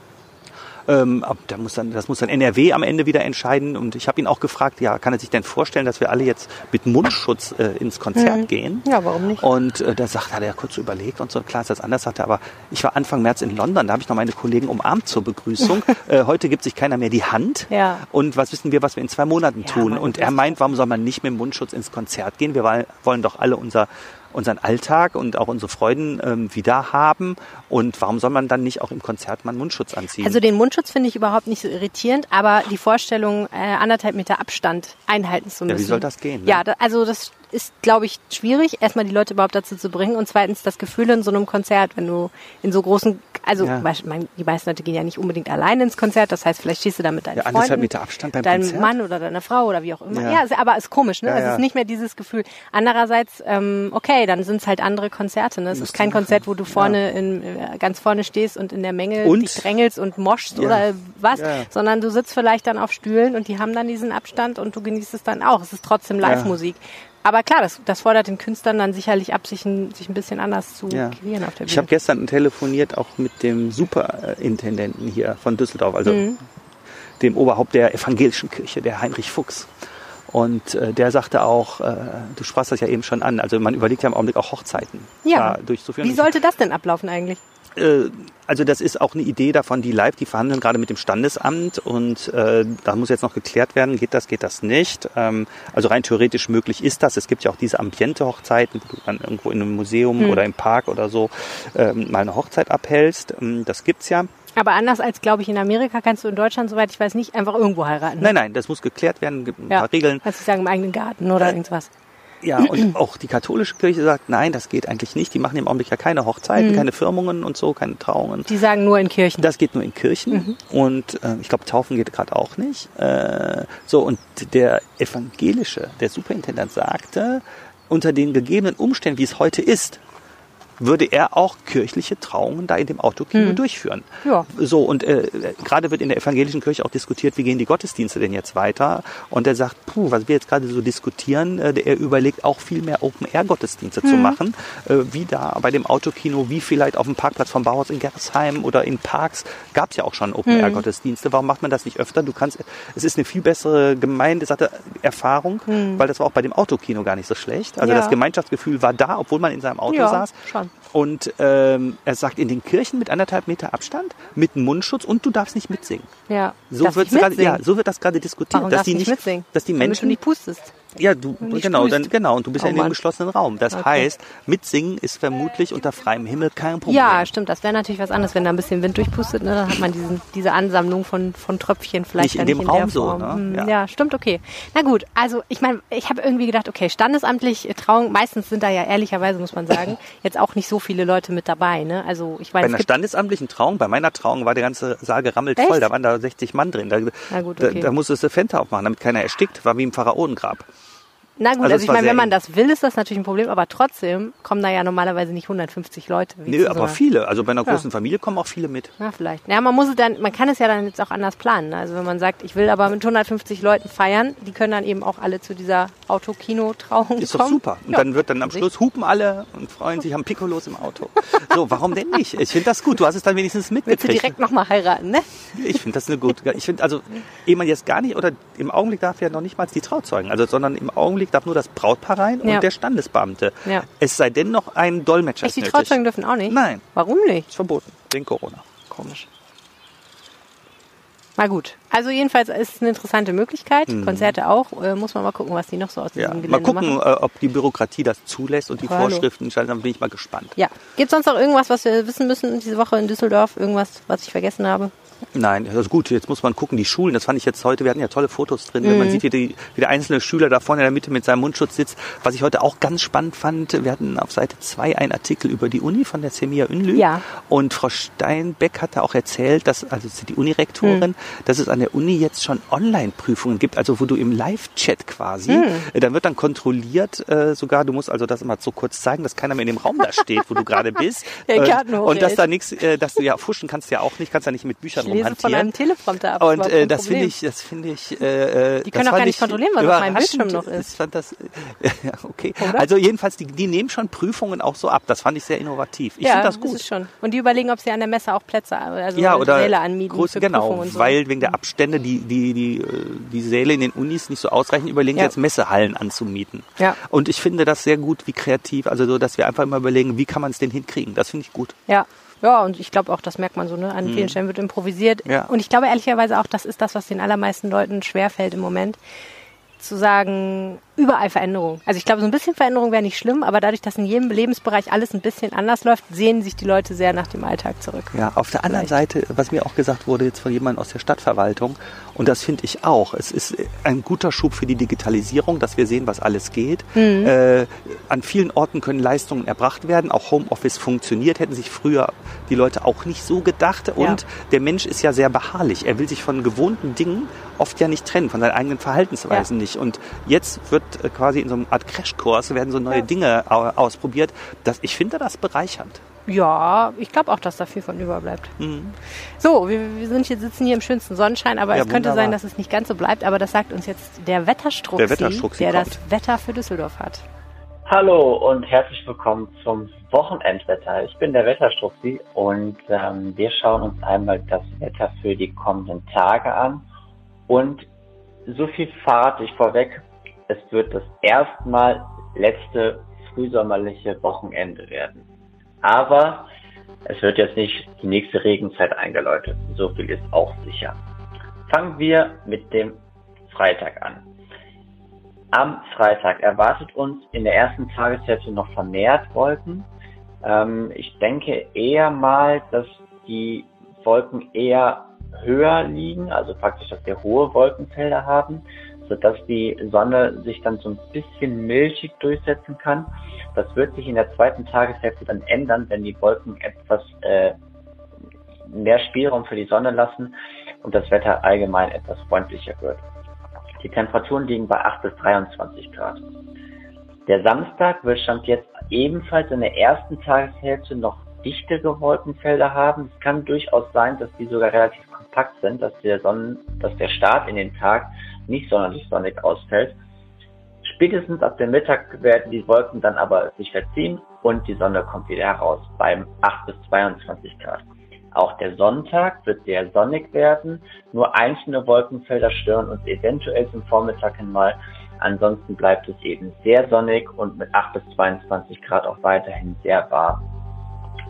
B: Ähm, da muss dann, das muss dann N R W am Ende wieder entscheiden. Und ich habe ihn auch gefragt, ja, kann er sich denn vorstellen, dass wir alle jetzt mit Mundschutz äh, ins Konzert
A: mhm.
B: gehen?
A: Ja, warum nicht?
B: Und äh, da sagt, hat er kurz überlegt und so, klar ist das anders, sagt er, aber ich war Anfang März in London, da habe ich noch meine Kollegen umarmt zur Begrüßung. äh, heute gibt sich keiner mehr die Hand.
A: Ja.
B: Und was wissen wir, was wir in zwei Monaten
A: Ja,
B: tun?
A: Mann,
B: Und er meint, warum soll man nicht mit dem Mundschutz ins Konzert gehen? Wir wollen doch alle unser unseren Alltag und auch unsere Freuden ähm, wieder haben. Und warum soll man dann nicht auch im Konzert mal einen Mundschutz anziehen?
A: Also den Mundschutz finde ich überhaupt nicht so irritierend, aber die Vorstellung, äh, anderthalb Meter Abstand einhalten zu müssen.
B: Ja, wie soll das gehen? Ne?
A: Ja, da, also das ist, glaube ich, schwierig, erstmal die Leute überhaupt dazu zu bringen und zweitens das Gefühl in so einem Konzert, wenn du in so großen, also
B: ja.
A: mein, die meisten Leute gehen ja nicht unbedingt alleine ins Konzert, das heißt, vielleicht stehst du da mit deinen
B: ja,
A: Freunden,
B: anderthalb Meter Abstand beim
A: deinem
B: Konzert?
A: Mann oder deiner Frau oder wie auch immer.
B: Ja,
A: ja aber ist komisch, ne?
B: Ja,
A: Also
B: ja.
A: es ist nicht mehr dieses Gefühl. Andererseits, ähm, okay, dann sind es halt andere Konzerte, ne? Es ist kein Konzert, wo du vorne
B: ja.
A: in, äh, ganz vorne stehst und in der Menge
B: und?
A: dich drängelst und moschst
B: Ja.
A: oder was,
B: Ja.
A: sondern du sitzt vielleicht dann auf Stühlen und die haben dann diesen Abstand und du genießt es dann auch. Es ist trotzdem Live-Musik. Aber klar, das, das fordert den Künstlern dann sicherlich ab, sich ein, sich ein bisschen anders zu
B: Ja.
A: kreieren auf der Bühne.
B: Ich habe gestern telefoniert auch mit dem Superintendenten hier von Düsseldorf, also
A: Mhm.
B: dem Oberhaupt der evangelischen Kirche, der Heinrich Fuchs. Und äh, der sagte auch, äh, du sprachst das ja eben schon an, also man überlegt ja im Augenblick auch Hochzeiten
A: Ja.
B: da durchzuführen.
A: Wie sollte das denn ablaufen eigentlich?
B: Äh, also das ist auch eine Idee davon, die live, die verhandeln gerade mit dem Standesamt und äh, da muss jetzt noch geklärt werden, geht das, geht das nicht. Ähm, also rein theoretisch möglich ist das. Es gibt ja auch diese Ambiente-Hochzeiten, wo du dann irgendwo in einem Museum
A: hm.
B: oder im Park oder so ähm, mal eine Hochzeit abhältst. Ähm, das gibt's ja.
A: Aber anders als, glaube ich, in Amerika kannst du in Deutschland, soweit ich weiß, nicht einfach irgendwo heiraten.
B: Nein, nein, das muss geklärt werden, gibt ein
A: ja.
B: paar Regeln.
A: Kannst du sagen, im eigenen Garten oder
B: Äh,
A: irgendwas.
B: Ja, und auch die katholische Kirche sagt, nein, das geht eigentlich nicht. Die machen im Augenblick ja keine Hochzeiten,
A: Mhm.
B: keine Firmungen und so, keine Trauungen.
A: Die sagen nur in Kirchen.
B: Das geht nur in Kirchen
A: Mhm.
B: und äh, ich glaube, Taufen geht gerade auch nicht. Äh, so, und der evangelische, der Superintendent sagte, unter den gegebenen Umständen, wie es heute ist, würde er auch kirchliche Trauungen da in dem Autokino
A: Hm.
B: durchführen.
A: Ja.
B: So, und äh, gerade wird in der evangelischen Kirche auch diskutiert, wie gehen die Gottesdienste denn jetzt weiter? Und er sagt, puh, was wir jetzt gerade so diskutieren, äh, er überlegt auch viel mehr Open-Air-Gottesdienste
A: Hm.
B: zu machen, äh, wie da bei dem Autokino, wie vielleicht auf dem Parkplatz vom Bauhaus in Gerresheim oder in Parks, gab es ja auch schon Open-Air-Gottesdienste. Warum macht man das nicht öfter? Du kannst, es ist eine viel bessere Gemeinde, sagte, Erfahrung,
A: Hm.
B: weil das war auch bei dem Autokino gar nicht so schlecht. Also
A: Ja.
B: das Gemeinschaftsgefühl war da, obwohl man in seinem Auto
A: Ja,
B: saß.
A: schon.
B: Und ähm, er sagt, in den Kirchen mit anderthalb Meter Abstand, mit Mundschutz und du darfst nicht mitsingen.
A: Ja.
B: So wird grade, ja, so wird das gerade diskutiert,
A: Warum
B: dass
A: darfst
B: die
A: nicht
B: nicht,
A: mitsingen?
B: dass die
A: Damit
B: Menschen
A: du nicht pustest.
B: Ja, du
A: nicht
B: genau,
A: sprühst.
B: dann genau und du bist
A: Oh
B: ja in einem
A: Mann.
B: geschlossenen Raum. Das
A: Okay.
B: heißt, mitsingen ist vermutlich unter freiem Himmel kein Problem.
A: Ja, stimmt. Das wäre natürlich was anderes, wenn da ein bisschen Wind durchpustet. Ne? Dann hat man diesen, diese Ansammlung von, von Tröpfchen vielleicht
B: Nicht in
A: dann
B: dem
A: nicht in
B: Raum
A: der
B: so,
A: Form.
B: ne?
A: Hm,
B: Ja.
A: ja. stimmt, okay. Na gut, also ich meine, ich habe irgendwie gedacht, okay, standesamtlich Trauung, meistens sind da ja ehrlicherweise, muss man sagen, jetzt auch nicht so viele Leute mit dabei. Ne? Also ich
B: Bei
A: meine,
B: einer
A: es gibt
B: standesamtlichen Trauung, bei meiner Trauung war der ganze Saal gerammelt
A: Echt?
B: voll, da waren da sechzig Mann drin. Da,
A: Na gut,
B: da,
A: okay.
B: da musstest du Fenster aufmachen, damit keiner erstickt. War wie im Pharaonengrab.
A: Na gut,
B: Also
A: also,
B: es
A: ich
B: war
A: meine,
B: sehr
A: wenn man
B: eng.
A: das will, ist das natürlich ein Problem, aber trotzdem kommen da ja normalerweise nicht hundertfünfzig Leute. wie
B: Nö,
A: zu so
B: aber
A: einer-
B: viele. Also bei einer
A: Ja.
B: großen Familie kommen auch viele mit.
A: Ja, vielleicht. Ja, man muss es dann, man kann es ja dann jetzt auch anders planen. ne? Also wenn man sagt, ich will aber mit hundertfünfzig Leuten feiern, die können dann eben auch alle zu dieser Autokino-Trauung
B: Ist doch
A: kommen.
B: super. Und
A: Ja,
B: dann wird dann am Schluss hupen alle und freuen sich, haben Piccolos im Auto. So, warum denn nicht? Ich finde das gut. Du hast es dann wenigstens
A: Willst du
B: mitgekriegt.
A: direkt nochmal heiraten, ne?
B: Ich finde das eine gute. Ich finde also, ehe man jetzt gar nicht oder im Augenblick darf ja noch nicht mal die Trauzeugen, also sondern im Augenblick darf nur das Brautpaar rein
A: Ja.
B: und der Standesbeamte.
A: Ja.
B: Es sei denn noch ein Dolmetscher
A: Echt, die
B: ist nötig.
A: Trauzeugen dürfen auch nicht?
B: Nein,
A: Warum nicht?
B: ist verboten wegen Corona.
A: Komisch. Na gut. Also jedenfalls ist es eine interessante Möglichkeit. Konzerte auch. Äh, muss man mal gucken, was die noch so aus
B: Ja.
A: diesem
B: Mal
A: Gelände
B: gucken,
A: machen.
B: äh, ob die Bürokratie das zulässt und die
A: Hallo.
B: Vorschriften. Dann bin ich mal gespannt.
A: Ja. Gibt es sonst noch irgendwas, was wir wissen müssen diese Woche in Düsseldorf? Irgendwas, was ich vergessen habe?
B: Nein, das ist gut. Jetzt muss man gucken, die Schulen, das fand ich jetzt heute, wir hatten ja tolle Fotos drin, wenn man sieht, wie, die, wie der einzelne Schüler da vorne in der Mitte mit seinem Mundschutz sitzt. Was ich heute auch ganz spannend fand, wir hatten auf Seite zwei einen Artikel über die Uni von der Semia Ünlü.
A: Ja.
B: Und Frau Steinbeck hatte auch erzählt, dass, also die Unirektorin, dass es an der Uni jetzt schon Online-Prüfungen gibt, also wo du im Live-Chat quasi, äh, dann wird dann kontrolliert, äh, sogar, du musst also das immer so kurz zeigen, dass keiner mehr in dem Raum da steht, wo du gerade bist.
A: Der
B: Äh,
A: Karten
B: und dass
A: hochhält.
B: da nichts, äh, dass du ja fuschen kannst ja auch nicht, kannst ja nicht mit Büchern
A: Ich lese von
B: rumhantieren.
A: einem Teleprompter ab.
B: Und
A: überhaupt
B: äh,
A: kein
B: das
A: Problem.
B: finde ich, das finde ich, äh,
A: Die
B: das
A: können auch
B: fand
A: gar nicht
B: ich
A: kontrollieren, was auf meinem
B: überraschend.
A: Bildschirm noch ist.
B: Ich fand das, ja, okay.
A: Oder?
B: Also jedenfalls, die, die nehmen schon Prüfungen auch so ab. Das fand ich sehr innovativ. Ich
A: ja,
B: finde das gut.
A: ist schon. Und die überlegen, ob sie an der Messe auch Plätze, also
B: Ja, oder
A: Säle anmieten
B: große,
A: für
B: genau,
A: Prüfungen und so.
B: weil wegen der Abstände die, die, die, äh, die Säle in den Unis nicht so ausreichen, überlegen
A: Ja.
B: sie jetzt Messehallen anzumieten.
A: Ja.
B: Und ich finde das sehr gut, wie kreativ, also so, dass wir einfach immer überlegen, wie kann man es denn hinkriegen. Das finde ich gut.
A: Ja. Ja, und ich glaube auch, das merkt man so, ne? An vielen Stellen wird improvisiert.
B: Ja.
A: Und ich glaube ehrlicherweise auch, das ist das, was den allermeisten Leuten schwerfällt im Moment, zu sagen, überall Veränderung. Also ich glaube, so ein bisschen Veränderung wäre nicht schlimm, aber dadurch, dass in jedem Lebensbereich alles ein bisschen anders läuft, sehen sich die Leute sehr nach dem Alltag zurück.
B: Ja, auf der anderen Seite, was mir auch gesagt wurde jetzt von jemandem aus der Stadtverwaltung, und das finde ich auch, es ist ein guter Schub für die Digitalisierung, dass wir sehen, was alles geht.
A: Mhm.
B: Äh, an vielen Orten können Leistungen erbracht werden, auch Homeoffice funktioniert, hätten sich früher die Leute auch nicht so gedacht. Und
A: Ja.
B: der Mensch ist ja sehr beharrlich, er will sich von gewohnten Dingen oft ja nicht trennen, von seinen eigenen Verhaltensweisen
A: Ja.
B: nicht. Und jetzt wird äh, quasi in so einer Art Crashkurs, werden so neue
A: Ja.
B: Dinge au- ausprobiert. Das, ich finde das bereichernd.
A: Ja, ich glaube auch, dass da viel von überbleibt.
B: Mhm.
A: So, wir, wir sind hier, sitzen hier im schönsten Sonnenschein, aber
B: Ja,
A: es könnte
B: wunderbar.
A: sein, dass es nicht ganz so bleibt. Aber das sagt uns jetzt der Wetterstruxi,
B: Der Wetterstruxi
A: der
B: kommt.
A: das Wetter für Düsseldorf hat.
E: Hallo und herzlich willkommen zum Wochenendwetter. Ich bin der Wetterstruxi und ähm, wir schauen uns einmal das Wetter für die kommenden Tage an. Und so viel verrate ich vorweg, es wird das erstmal letzte frühsommerliche Wochenende werden. Aber es wird jetzt nicht die nächste Regenzeit eingeläutet. So viel ist auch sicher. Fangen wir mit dem Freitag an. Am Freitag erwartet uns in der ersten Tageshälfte noch vermehrt Wolken. Ähm, ich denke eher mal, dass die Wolken eher höher liegen, also praktisch, dass wir hohe Wolkenfelder haben, sodass die Sonne sich dann so ein bisschen milchig durchsetzen kann. Das wird sich in der zweiten Tageshälfte dann ändern, wenn die Wolken etwas äh, mehr Spielraum für die Sonne lassen und das Wetter allgemein etwas freundlicher wird. Die Temperaturen liegen bei acht bis dreiundzwanzig Grad. Der Samstag wird Stand jetzt ebenfalls in der ersten Tageshälfte noch dichtere Wolkenfelder haben. Es kann durchaus sein, dass die sogar relativ kompakt sind, dass der Sonnen, dass der Start in den Tag nicht sonderlich sonnig ausfällt. Spätestens ab dem Mittag werden die Wolken dann aber sich verziehen und die Sonne kommt wieder heraus beim acht bis zweiundzwanzig Grad. Auch der Sonntag wird sehr sonnig werden, nur einzelne Wolkenfelder stören uns eventuell zum Vormittag hin mal. Ansonsten bleibt es eben sehr sonnig und mit acht bis zweiundzwanzig Grad auch weiterhin sehr warm.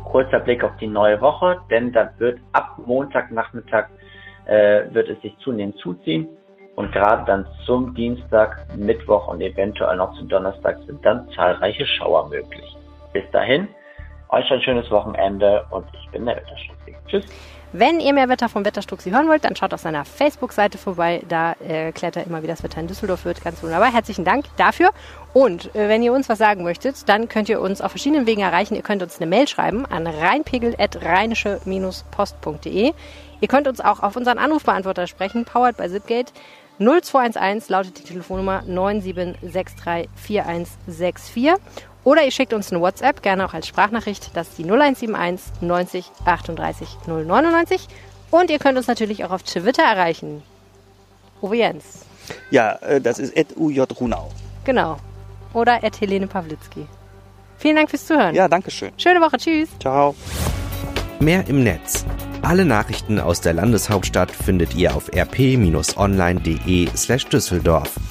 E: kurzer Blick auf die neue Woche, denn da wird ab Montagnachmittag äh, wird es sich zunehmend zuziehen und gerade dann zum Dienstag, Mittwoch und eventuell noch zum Donnerstag sind dann zahlreiche Schauer möglich. Bis dahin, euch ein schönes Wochenende und ich bin der Wetterstruxi. Tschüss.
A: Wenn ihr mehr Wetter vom Wetterstruxi hören wollt, dann schaut auf seiner Facebook-Seite vorbei. Da äh, erklärt er immer, wie das Wetter in Düsseldorf wird. Ganz wunderbar. Herzlichen Dank dafür. Und äh, wenn ihr uns was sagen möchtet, dann könnt ihr uns auf verschiedenen Wegen erreichen. Ihr könnt uns eine Mail schreiben an rheinpegel at rheinische post punkt de. Ihr könnt uns auch auf unseren Anrufbeantworter sprechen, powered by Zipgate. null zwei eins eins lautet die Telefonnummer neun sieben sechs drei vier eins sechs vier. Oder ihr schickt uns eine WhatsApp, gerne auch als Sprachnachricht. Das ist die null eins sieben eins neunzig achtunddreißig null neunundneunzig. Und ihr könnt uns natürlich auch auf Twitter erreichen. Uwe Jens.
B: Ja, das ist at ujrunau.
A: Genau. Oder at Helene Pawlitzki. Vielen Dank fürs Zuhören.
B: Ja, danke schön.
A: Schöne Woche. Tschüss.
B: Ciao.
C: Mehr im Netz. Alle Nachrichten aus der Landeshauptstadt findet ihr auf rp-online.de slash Düsseldorf.